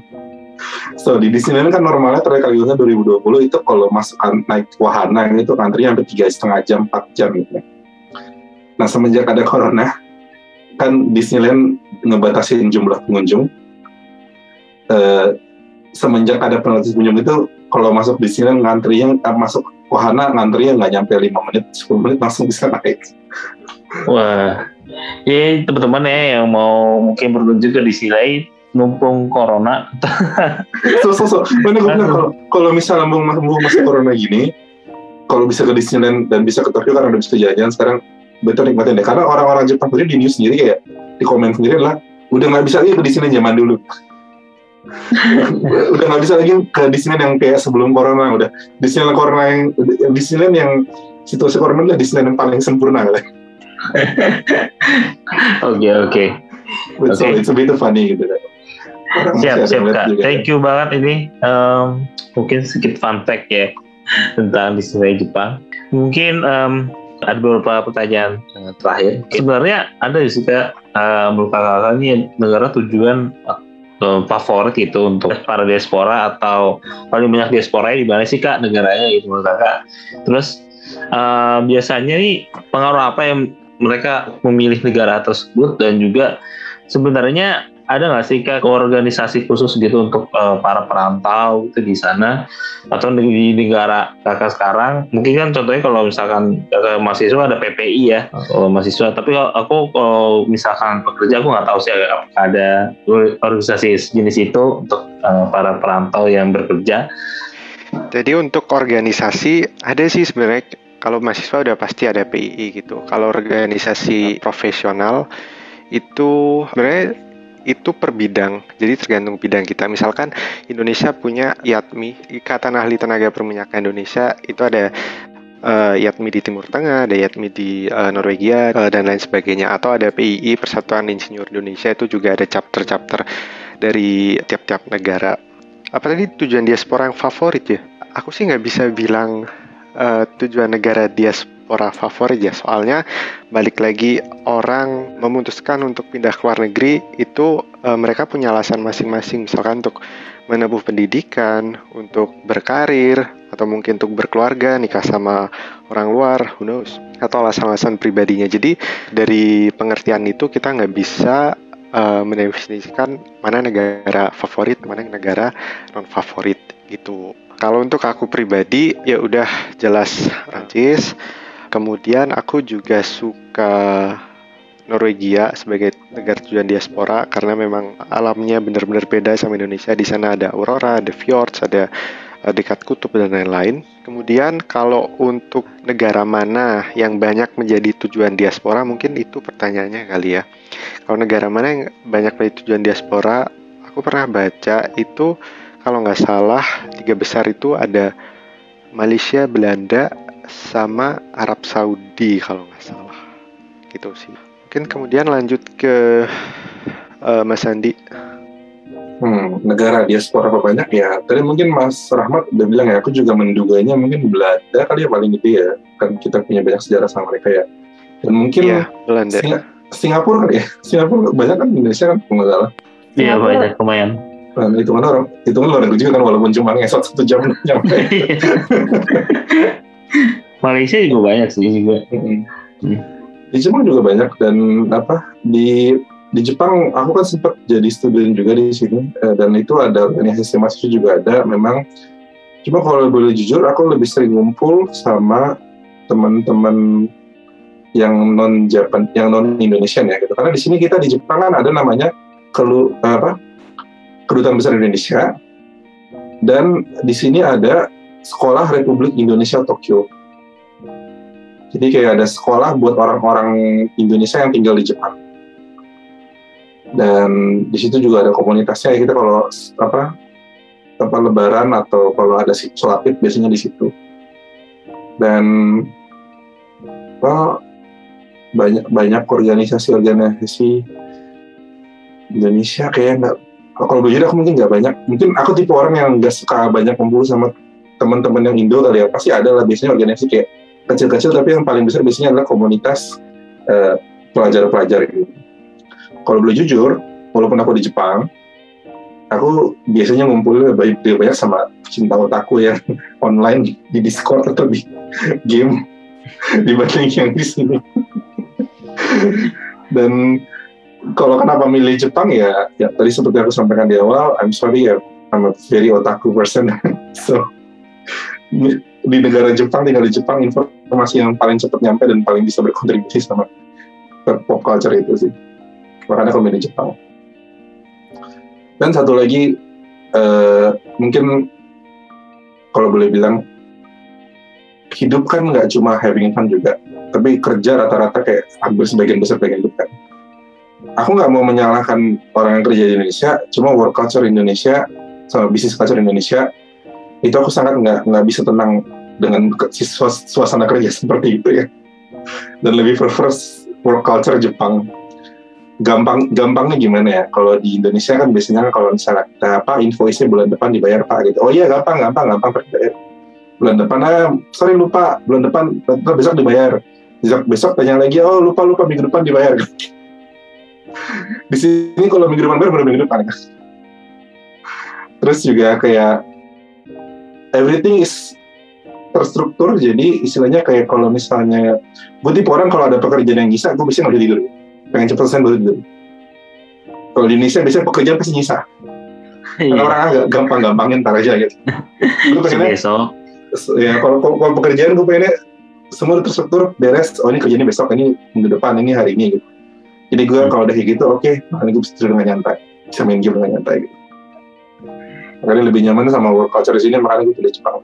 So di Disneyland kan normalnya terakhir kali dua ribu dua puluh itu kalau masuk naik wahana itu antrinya sampai tiga setengah jam, empat jam gitu. Nah semenjak ada corona kan Disneyland ngebatasin jumlah pengunjung. Uh, semenjak ada pengawasan pengunjung itu kalau masuk Disneyland ngantrinya uh, masuk wahana ngantrinya nggak nyampe lima menit, sepuluh menit langsung bisa naik. Wah, ya teman-teman ya yang mau mungkin berkunjung ke Disneyland numpung corona. so so so bener bener kalau kalau misalnya mau mau masuk corona gini, kalau bisa ke Disneyland dan bisa ke Tokyo karena udah bisa jalan sekarang, betul nikmatin deh. Karena orang-orang Jepang sendiri di news sendiri kayak di komen sendiri adalah udah nggak bisa lagi ke Disneyland zaman dulu. Udah nggak bisa lagi ke Disneyland yang kayak sebelum corona. Udah Disneyland corona yang Disneyland yang situasi corona adalah Disneyland yang paling sempurna kan. Oke oke. So it's a bit funny gitu kan. Siap, siap Kak. Juga. Thank you banget ini. Um, mungkin sedikit fun fact ya tentang Disneyland Jepang. Mungkin um, ada beberapa pertanyaan terakhir. Sebenarnya ada juga uh, menurut kakak ini negara tujuan uh, favorit gitu untuk para diaspora atau paling banyak diaspora di mana sih Kak negaranya gitu menurut kakak. Terus uh, biasanya nih pengaruh apa yang mereka memilih negara tersebut dan juga sebenarnya ada nggak sih kayak organisasi khusus gitu untuk uh, para perantau itu di sana atau di, di negara kakak sekarang? Mungkin kan contohnya kalau misalkan kakak mahasiswa ada P P I ya, kalau mahasiswa. Tapi kalau aku kalau misalkan pekerja aku nggak tahu sih ada organisasi jenis itu untuk uh, para perantau yang bekerja. Jadi untuk organisasi ada sih sebenarnya. Kalau mahasiswa udah pasti ada P I I gitu. Kalau organisasi profesional itu sebenarnya itu per bidang. Jadi tergantung bidang kita. Misalkan Indonesia punya I A T M I, Ikatan Ahli Tenaga Perminyakan Indonesia, itu ada uh, I A T M I di Timur Tengah, ada I A T M I di uh, Norwegia uh, dan lain sebagainya. Atau ada P I I Persatuan Insinyur Indonesia, itu juga ada chapter-chapter dari tiap-tiap negara. Apa tadi tujuan diaspora yang favorit ya? Aku sih nggak bisa bilang Uh, tujuan negara diaspora favorit ya, soalnya balik lagi orang memutuskan untuk pindah ke luar negeri itu uh, mereka punya alasan masing-masing, misalkan untuk menempuh pendidikan, untuk berkarir, atau mungkin untuk berkeluarga, nikah sama orang luar, who knows, atau alasan-alasan pribadinya. Jadi dari pengertian itu kita nggak bisa uh, mendefinisikan mana negara favorit, mana negara non favorit gitu. Kalau untuk aku pribadi ya udah jelas Prancis. Kemudian aku juga suka Norwegia sebagai negara tujuan diaspora karena memang alamnya benar-benar beda sama Indonesia. Di sana ada aurora, ada fjords, ada uh, dekat kutub dan lain-lain. Kemudian kalau untuk negara mana yang banyak menjadi tujuan diaspora, mungkin itu pertanyaannya kali ya. Kalau negara mana yang banyak menjadi tujuan diaspora, aku pernah baca itu kalau nggak salah tiga besar itu ada Malaysia, Belanda, sama Arab Saudi kalau nggak salah gitu sih. Mungkin kemudian lanjut ke uh, Mas Andi. Hmm, negara diaspora apa banyak ya? Tadi mungkin Mas Rahmat udah bilang ya, aku juga menduganya mungkin Belanda kali ya paling gede ya. Kan kita punya banyak sejarah sama mereka ya. Dan mungkin ya, Belanda. Sing- Singapura kan ya? Singapura banyak kan, Indonesia kan kalau nggak salah. Iya banyak, lumayan. Nah, itu kan orang, itu kan luar negeri juga kan walaupun cuma ngesot satu jam nyampe. Malaysia juga banyak sih juga. Hmm. Di Jepang juga banyak dan apa di di Jepang aku kan sempat jadi student juga di sini dan itu ada organisasi mahasiswa juga ada memang. Cuma kalau boleh jujur aku lebih sering ngumpul sama teman-teman yang non Japan, yang non Indonesian ya gitu. Karena di sini kita di Jepang kan ada namanya kelu apa? Kedutaan Besar Indonesia, dan di sini ada Sekolah Republik Indonesia Tokyo. Jadi kayak ada sekolah buat orang-orang Indonesia yang tinggal di Jepang. Dan di situ juga ada komunitasnya. Kita kalau apa, apa Lebaran atau kalau ada sholat Id biasanya di situ. Dan well, banyak banyak organisasi-organisasi Indonesia kayak nggak. Kalau belajar aku mungkin nggak banyak, mungkin aku tipe orang yang nggak suka banyak kumpul sama teman-teman yang Indo kali ya. Pasti ada lah biasanya organisasi kayak kecil-kecil, tapi yang paling besar biasanya adalah komunitas uh, pelajar-pelajar gitu. Kalau boleh jujur, walaupun aku di Jepang, aku biasanya ngumpul lebih banyak sama cinta otaku yang online di Discord atau di game dibanding yang di sini. Dan kalau kenapa milih Jepang ya, ya tadi seperti aku sampaikan di awal, I'm sorry, I'm a very otaku person. So di negara Jepang, tinggal di Jepang, informasi yang paling cepat nyampe dan paling bisa berkontribusi sama pop culture itu sih. Makanya aku milih Jepang. Dan satu lagi, uh, mungkin kalau boleh bilang, hidup kan nggak cuma having fun juga, tapi kerja rata-rata kayak hampir sebagian besar pengen hidup kan. Aku nggak mau menyalahkan orang yang kerja di Indonesia, cuma work culture Indonesia sama business culture Indonesia itu aku sangat nggak nggak bisa tenang dengan suasana kerja seperti itu ya. Dan lebih prefer work culture Jepang. Gampang gampangnya gimana ya? Kalau di Indonesia kan biasanya kalau misalnya kita apa invoice-nya bulan depan dibayar Pak gitu. Oh iya gampang gampang gampang dibayar. Bulan depan ah sorry lupa bulan depan besok dibayar. Besok besok tanya lagi oh lupa lupa minggu depan dibayar. Di sini kalau minggu depan bayar baru minggu depan. Terus juga kayak everything is terstruktur, jadi istilahnya kayak kalau misalnya gue tipe orang kalau ada pekerjaan yang bisa gue biasanya nggak bisa tidur, pengen cepet selesai baru tidur. Kalau di Indonesia biasanya pekerjaan pasti nyisa. Karena Iya. orang agak gampang-gampangin ntar aja gitu. Gue pengennya, Besok. ya kalau, kalau, kalau pekerjaan gue pengennya semua terstruktur beres. Oh ini kerjanya besok, ini minggu depan, ini hari ini gitu. Jadi gue kalau udah kayak gitu, oke, okay, makanya gue bisa tidur dengan nyantai, bisa main game dengan nyantai gitu. Makanya lebih nyaman sama work culture di sini, makanya gue pilih Jepang.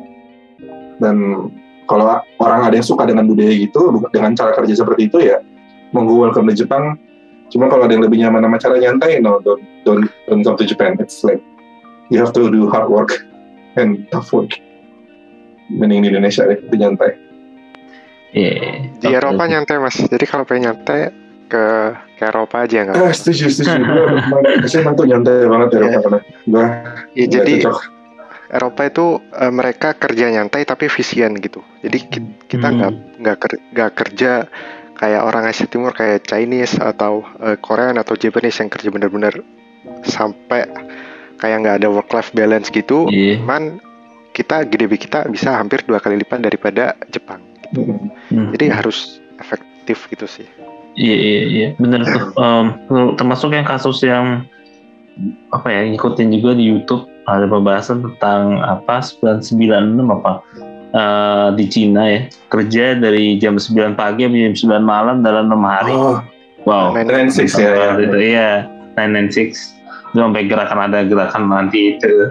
Dan kalau orang ada yang suka dengan budaya gitu, dengan cara kerja seperti itu ya, monggo welcome di Jepang. Cuma kalau ada yang lebih nyaman sama cara nyantai, no, don't, don't, don't come to Japan. It's like, you have to do hard work and tough work. Mending di Indonesia deh, itu nyantai. Iya. Di Eropa nyantai mas, jadi kalau pengen nyantai ke ke Eropa aja nggak? Ah, setuju, setuju. Gue sih emang tuh nyantai banget Eropa karena gue Ya, nggak jadi cocok. Eropa itu uh, mereka kerja nyantai tapi efisien gitu. Jadi ki- kita nggak Hmm. nggak ker- nggak kerja kayak orang Asia Timur kayak Chinese atau uh, Korean atau Japanese yang kerja benar-benar sampai kayak nggak ada work life balance gitu. Iya. Cuman kita G D P kita bisa hampir dua kali lipat daripada Jepang. Mm. Hmm. Jadi harus efektif gitu sih. Iya, iya, iya, bener tuh. Em, termasuk yang kasus yang apa ya, ngikutin juga di YouTube ada pembahasan tentang apa sembilan sembilan enam apa eh, di Cina ya, kerja dari jam sembilan pagi sampai jam sembilan malam dalam enam hari. Oh, Wow. nine six ya. ya. Itu iya, nine nine six. Itu sampai gerakan ada gerakan nanti itu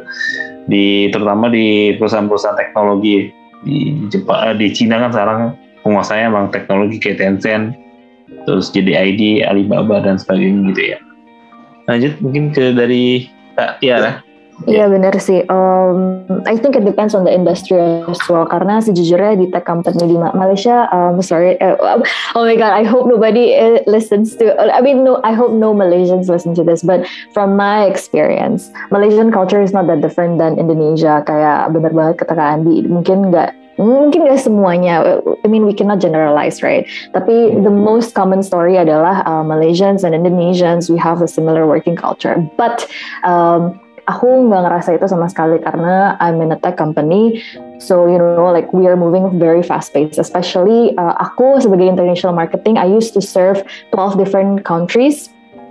di terutama di perusahaan-perusahaan teknologi di Jepang, di Cina kan sekarang penguasanya emang teknologi kayak Tencent, terus jadi I D, Alibaba dan sebagainya gitu ya. Lanjut mungkin ke dari Kak Tiara. Iya benar sih. Um, I think it depends on the industry as well. Karena sejujurnya di tech company di Ma- Malaysia, um, sorry, uh, oh my god, I hope nobody uh, listens to. I mean, no, I hope no Malaysians listen to this. But from my experience, Malaysian culture is not that different than Indonesia. Kayak benar banget kata Kak Andi. Mungkin nggak mungkin nggak semuanya. I mean, we cannot generalize, right? Tapi the most common story adalah uh, Malaysians and Indonesians, we have a similar working culture. But um, aku nggak ngerasa itu sama sekali karena I'm in a tech company, so you know like we are moving very fast paced. Especially uh, aku sebagai international marketing, I used to serve twelve different countries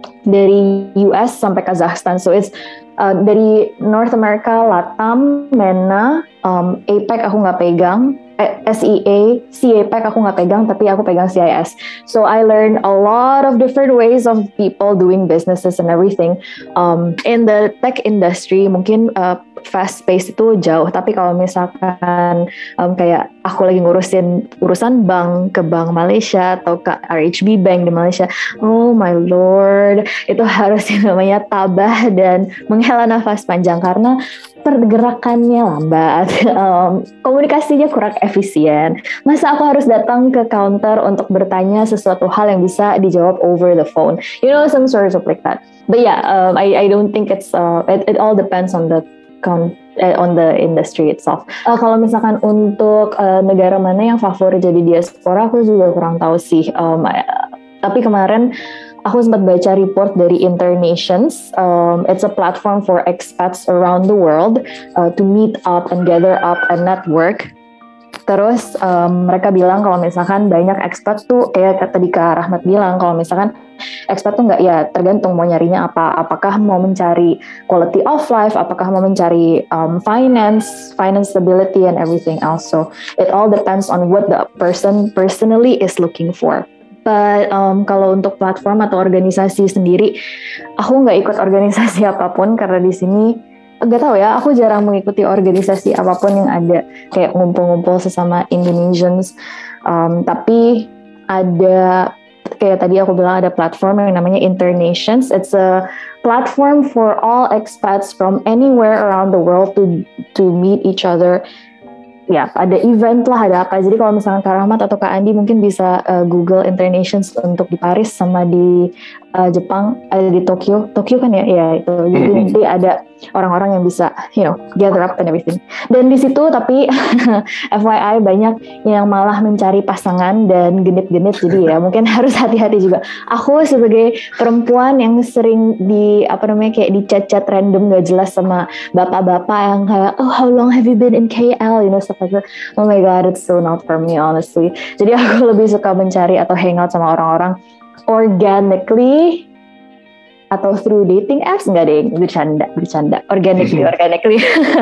dari U S sampai Kazakhstan. So it's uh, dari North America, Latam, MENA, um, APEC aku nggak pegang. S E A, C A P E C aku nggak pegang, tapi aku pegang C I S. So I learned a lot of different ways of people doing businesses and everything. Um, in the tech industry, mungkin uh, fast pace itu jauh. Tapi kalau misalkan um, kayak aku lagi ngurusin urusan bank ke Bank Malaysia atau ke R H B Bank di Malaysia, oh my lord, itu harus yang namanya tabah dan menghela nafas panjang karena pergerakannya lambat, um, komunikasinya kurang efisien. Masa aku harus datang ke counter untuk bertanya sesuatu hal yang bisa dijawab over the phone? You know, some sort of like that. But yeah, um, I I don't think it's uh, it, it all depends on the con eh, on the industry itself. Uh, kalau misalkan untuk uh, negara mana yang favorit jadi diaspora, aku juga kurang tahu sih. Um, uh, tapi kemarin aku sempat baca report dari Internations. Um, it's a platform for expats around the world uh, to meet up and gather up and network. Terus um, mereka bilang kalau misalkan banyak expat tuh kayak tadi Kak Rahmat bilang kalau misalkan expat tuh nggak ya tergantung mau nyarinya apa. Apakah mau mencari quality of life, apakah mau mencari um, finance, finance stability and everything else. So it all depends on what the person personally is looking for. But um, kalau untuk platform atau organisasi sendiri, aku nggak ikut organisasi apapun karena di sini nggak tahu ya, aku jarang mengikuti organisasi apapun yang ada kayak ngumpul-ngumpul sesama Indonesians. Um, tapi ada kayak tadi aku bilang ada platform yang namanya Internations. It's a platform for all expats from anywhere around the world to to meet each other. Ya, ada event lah, ada apa. Jadi kalau misalnya Kak Rahmat atau Kak Andi mungkin bisa uh, Google Internations untuk di Paris sama di uh, Jepang, ada di Tokyo. Tokyo kan ya? Ya, itu. Jadi Mm-hmm. nanti ada orang-orang yang bisa, you know, gather up and everything. Dan di situ tapi F Y I banyak yang malah mencari pasangan dan genit-genit. Jadi ya mungkin harus hati-hati juga. Aku sebagai perempuan yang sering di, apa namanya, kayak di chat-chat random gak jelas sama bapak-bapak yang kayak, oh how long have you been in K L? You know, stuff like that. Oh my god, it's so not for me honestly. Jadi aku lebih suka mencari atau hangout sama orang-orang organically atau through dating apps? Enggak deh, bercanda, bercanda. Organically, organically.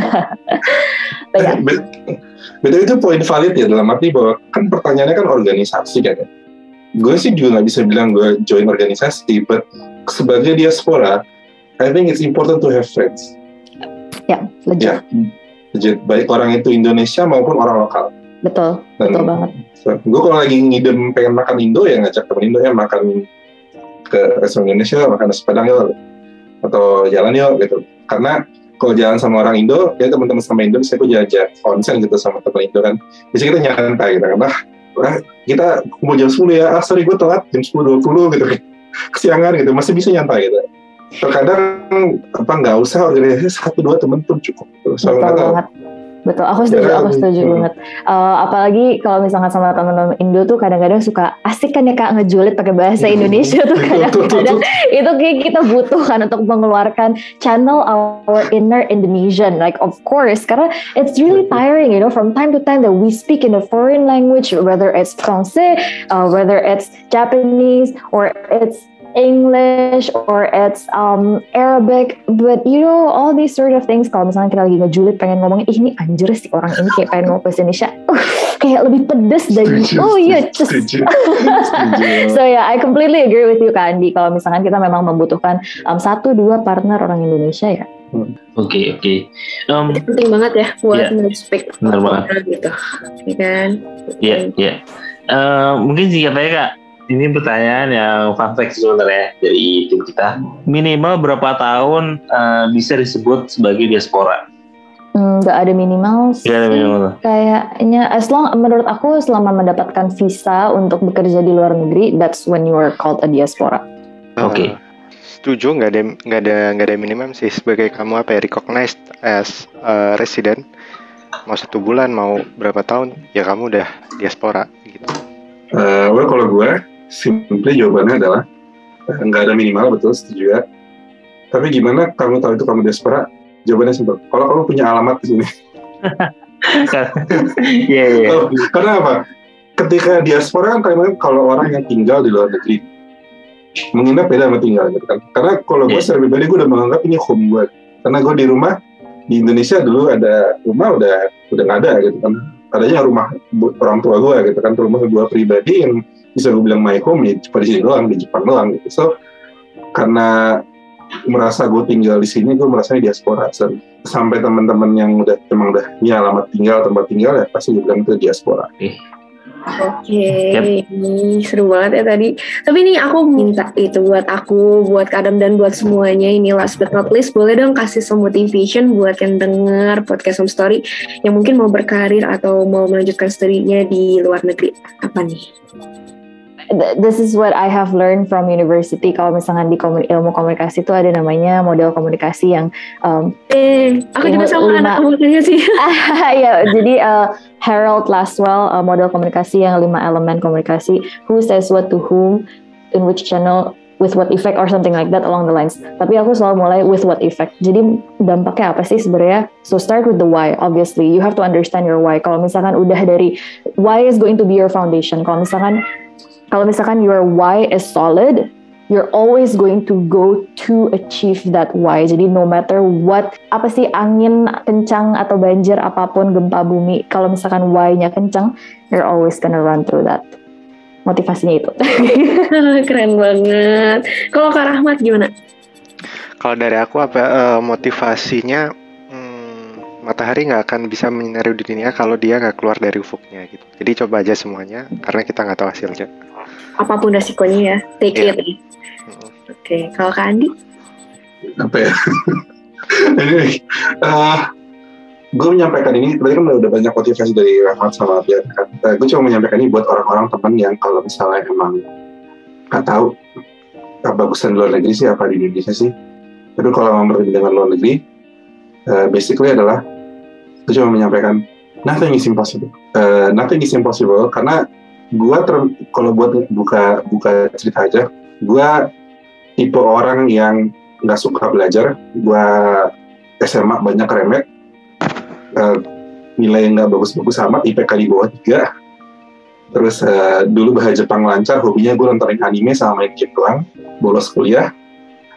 Ya. Betul, itu poin valid ya, dalam arti bahwa kan pertanyaannya kan organisasi kan ya. Gue sih juga nggak bisa bilang gue join organisasi, but sebagai diaspora, I think it's important to have friends. Ya, legit. Ya, legit. Baik orang itu Indonesia maupun orang lokal. Betul, Dan, betul banget. So, gue kalau lagi ngidem pengen makan Indo ya ngajak temen Indo ya makan ke restoran Indonesia, makan nasi Padang yuk, atau jalan yuk gitu. Karena kalau jalan sama orang Indo, ya teman-teman sama Indo, saya gue jajak konsen gitu sama teman Indo kan. Biasanya kita nyantai gitu kan. Nah, kita mau jam sepuluh ya, ah sorry gue telat jam sepuluh dua puluh gitu. Kesiangan gitu, masih bisa nyantai gitu. Terkadang apa nggak usah organisasi satu dua teman pun cukup. Betul banget. Betul, aku setuju, aku setuju hmm. banget. Uh, apalagi kalau misalnya sama teman-teman Indo tuh kadang-kadang suka asik kan ya Kak ngejulit pakai bahasa Indonesia tuh kadang-kadang itu kayak kita butuh kan untuk mengeluarkan channel our inner Indonesian, like of course, karena it's really tiring, you know, from time to time that we speak in a foreign language, whether it's Francais, uh, whether it's Japanese, or it's English or it's um, Arabic, but you know all these sort of things. Kalau misalnya kita lagi ngejulit pengen ngomongin, ih ini anjir sih orang ini kayak pengen ngomong bahasa Indonesia, uh, kayak lebih pedes dari oh iya yeah, just. So yeah, I completely agree with you Kak Andi. Kalau misalkan kita memang membutuhkan um, satu dua partner orang Indonesia ya. Oke okay, oke. Okay. Um, penting banget ya buat yeah, nge-speak benar banget gitu, ya kan? Iya yeah, iya. Yeah. Uh, mungkin sih apa ya Kak? Ini pertanyaan yang fun fact sebenarnya dari tim kita. Minimal berapa tahun uh, bisa disebut sebagai diaspora? Hmm, gak ada minimal sih. Gak ada minimal. Kayaknya as long, menurut aku selama mendapatkan visa untuk bekerja di luar negeri, that's when you are called a diaspora. Oke. Okay. Uh, setuju, nggak ada nggak ada nggak ada minimum sih. Sebagai kamu apa ya, recognized as a resident, mau satu bulan mau berapa tahun, ya kamu udah diaspora gitu. Uh, well kalau gue simply jawabannya adalah nggak ada minimal, betul, setuju ya. Tapi gimana kamu tahu itu kamu diaspora? Jawabannya simpel. Kalau kamu punya alamat di sini. Iya iya. Karena apa? Ketika diaspora kan kadang kalau orang yang tinggal di luar negeri menginap beda sama tinggal gitu kan. Karena kalau gue yeah. secara pribadi gue udah menganggap ini home gue. Karena gue di rumah di Indonesia dulu ada rumah udah udah nggak ada gitu kan. Adanya rumah orang tua gue gitu kan. Rumah gue pribadi yang bisa gue bilang my home ya cuma di sini doang, di Jepang doang gitu. So karena merasa gue tinggal di sini, gue merasanya diaspora. So, sampai teman-teman yang udah emang udah ini alamat tinggal, tempat tinggal ya pasti gue bilang itu diaspora. Eh. Oke, okay. Yep. Seru banget ya tadi. Tapi ini aku minta itu buat aku, buat Kadam dan buat semuanya ini last but not least, boleh dong kasih some motivation buat yang denger podcast Home Story yang mungkin mau berkarir atau mau melanjutkan studinya di luar negeri. Apa nih? This is what I have learned from university. Kalau misalnya di komun- ilmu komunikasi itu ada namanya model komunikasi yang um, eh aku juga sama lima, anak komunikasi. Ya, jadi uh, Harold Laswell uh, model komunikasi yang lima elemen komunikasi. Who says what to whom, in which channel, with what effect or something like that along the lines. Tapi aku selalu mulai with what effect. Jadi dampaknya apa sih sebenarnya? So start with the why. Obviously, you have to understand your why. Kalau misalkan udah dari why is going to be your foundation. Kalau misalkan Kalau misalkan your why is solid, you're always going to go to achieve that why. Jadi no matter what, apa sih angin kencang atau banjir apapun, gempa bumi, kalau misalkan why-nya kencang, you're always gonna run through that. Motivasinya itu. Keren banget. Kalau Kak Rahmat gimana? Kalau dari aku apa uh, motivasinya? Hmm, matahari nggak akan bisa menyinari dunia kalau dia nggak keluar dari ufuknya gitu. Jadi coba aja semuanya, karena kita nggak tahu hasilnya. Apapun resikonya ya, take yeah. it. Mm-hmm. Oke, okay. Kalau Kak Andi? Apa ya? Anyway, uh, gue menyampaikan ini, tadi kan udah banyak motivasi dari Rahmat sama Bian kan. Uh, gue cuma menyampaikan ini buat orang-orang teman yang kalau misalnya emang nggak tahu apa bagusan luar negeri sih, apa di Indonesia sih. Tapi kalau mau bertemu dengan luar negeri, uh, basically adalah gue cuma menyampaikan nothing is impossible. Uh, nothing is impossible karena gue ter- kalau buat buka buka cerita aja, gue tipe orang yang nggak suka belajar. Gue S M A banyak remet, uh, nilai nggak bagus-bagus amat, I P K di bawah tiga. Terus uh, dulu bahasa Jepang lancar, hobinya gue nontonin anime sama main game doang, bolos kuliah.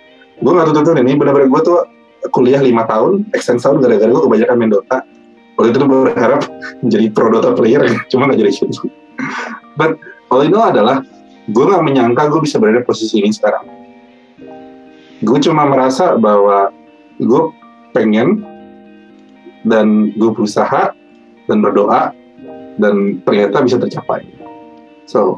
gue nggak tuntut ini benar-benar gue tuh kuliah lima tahun, extend tahun gara-gara gue kebanyakan main Dota. Waktu itu gue berharap menjadi pro Dota player, cuma nggak jadi gitu. But all in all adalah gue nggak menyangka gue bisa berada di posisi ini sekarang. Gue cuma merasa bahwa gue pengen dan gue berusaha dan berdoa dan ternyata bisa tercapai. So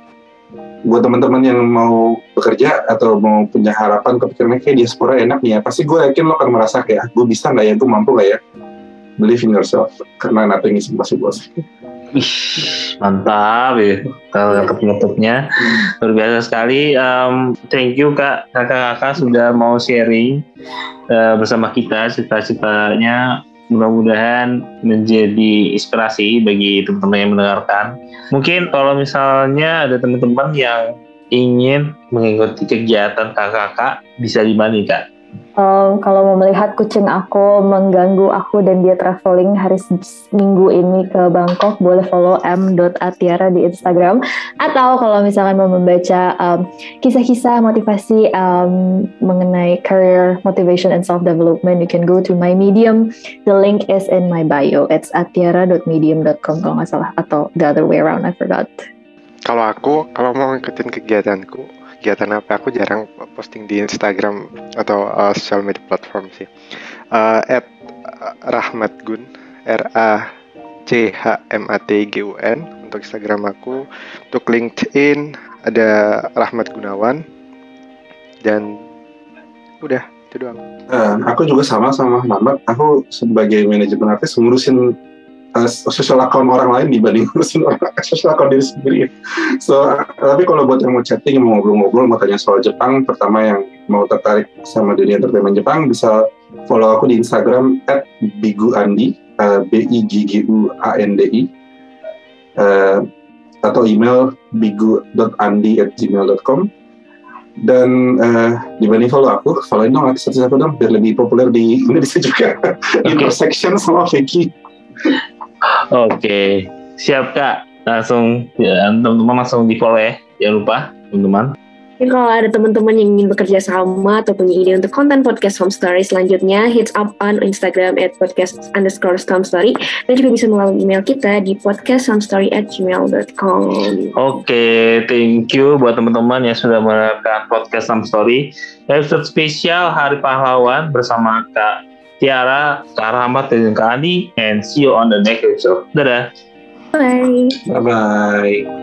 buat teman-teman yang mau bekerja atau mau punya harapan kepikirannya kayak diaspora enak nih ya, pasti gue yakin lo akan merasa kayak gue bisa nggak ya, gue mampu nggak ya. Believe in yourself karena nothing is impossible. Wih, mantap ya kalau penutupnya luar biasa sekali. Um, thank you kak, kakak-kakak sudah mau sharing uh, bersama kita cita-citanya. Mudah-mudahan menjadi inspirasi bagi teman-teman yang mendengarkan. Mungkin kalau misalnya ada teman-teman yang ingin mengikuti kegiatan kakak-kakak, bisa di mana kak? Um, kalau mau melihat kucing aku mengganggu aku dan dia traveling hari minggu ini ke Bangkok, boleh follow m dot atiara di Instagram. Atau kalau misalkan mau membaca um, kisah-kisah motivasi um, mengenai career motivation and self-development, you can go to my Medium. The link is in my bio. It's atiara dot medium dot com kalau nggak salah, atau the other way around, I forgot. Kalau aku, kalau mau ngikutin kegiatanku, kegiatan apa, aku jarang posting di Instagram atau uh, social media platform sih. Uh, at rahmatgun, R A C H M A T G U N untuk Instagram aku. Untuk LinkedIn ada Rahmat Gunawan, dan udah itu doang. Uh, aku juga sama sama Rahmat. Aku sebagai manajemen artis ngurusin Uh, social account orang lain dibanding ngurusin orang social account diri sendiri. So, uh, tapi kalau buat yang mau chatting, mau ngobrol-ngobrol, mau tanya soal Jepang, pertama yang mau tertarik sama dunia entertainment Jepang, bisa follow aku di Instagram at biguandi, uh, B I G G U A N D I, uh, atau email bigu dot andi at gmail dot com. Dan uh, dibanding follow aku, followin dong artis-artis aku dong, biar lebih populer di Indonesia juga. Intersection sama Vicky. Oke, okay. Siap kak, langsung ya, teman-teman langsung di follow ya, jangan lupa teman-teman. Jadi kalau ada teman-teman yang ingin bekerja sama atau punya ide untuk konten podcast Home Story selanjutnya, hits up on Instagram at podcast underscore homestory, dan juga bisa melalui email kita di podcasthomstory at gmail dot com. Oke, okay, thank you buat teman-teman yang sudah mendengarkan podcast Home Story, episode spesial Hari Pahlawan bersama Kak Tiara, Kak Rahmat, dan Kak Andi, and see you on the next episode. Dadah. Bye. Bye-bye.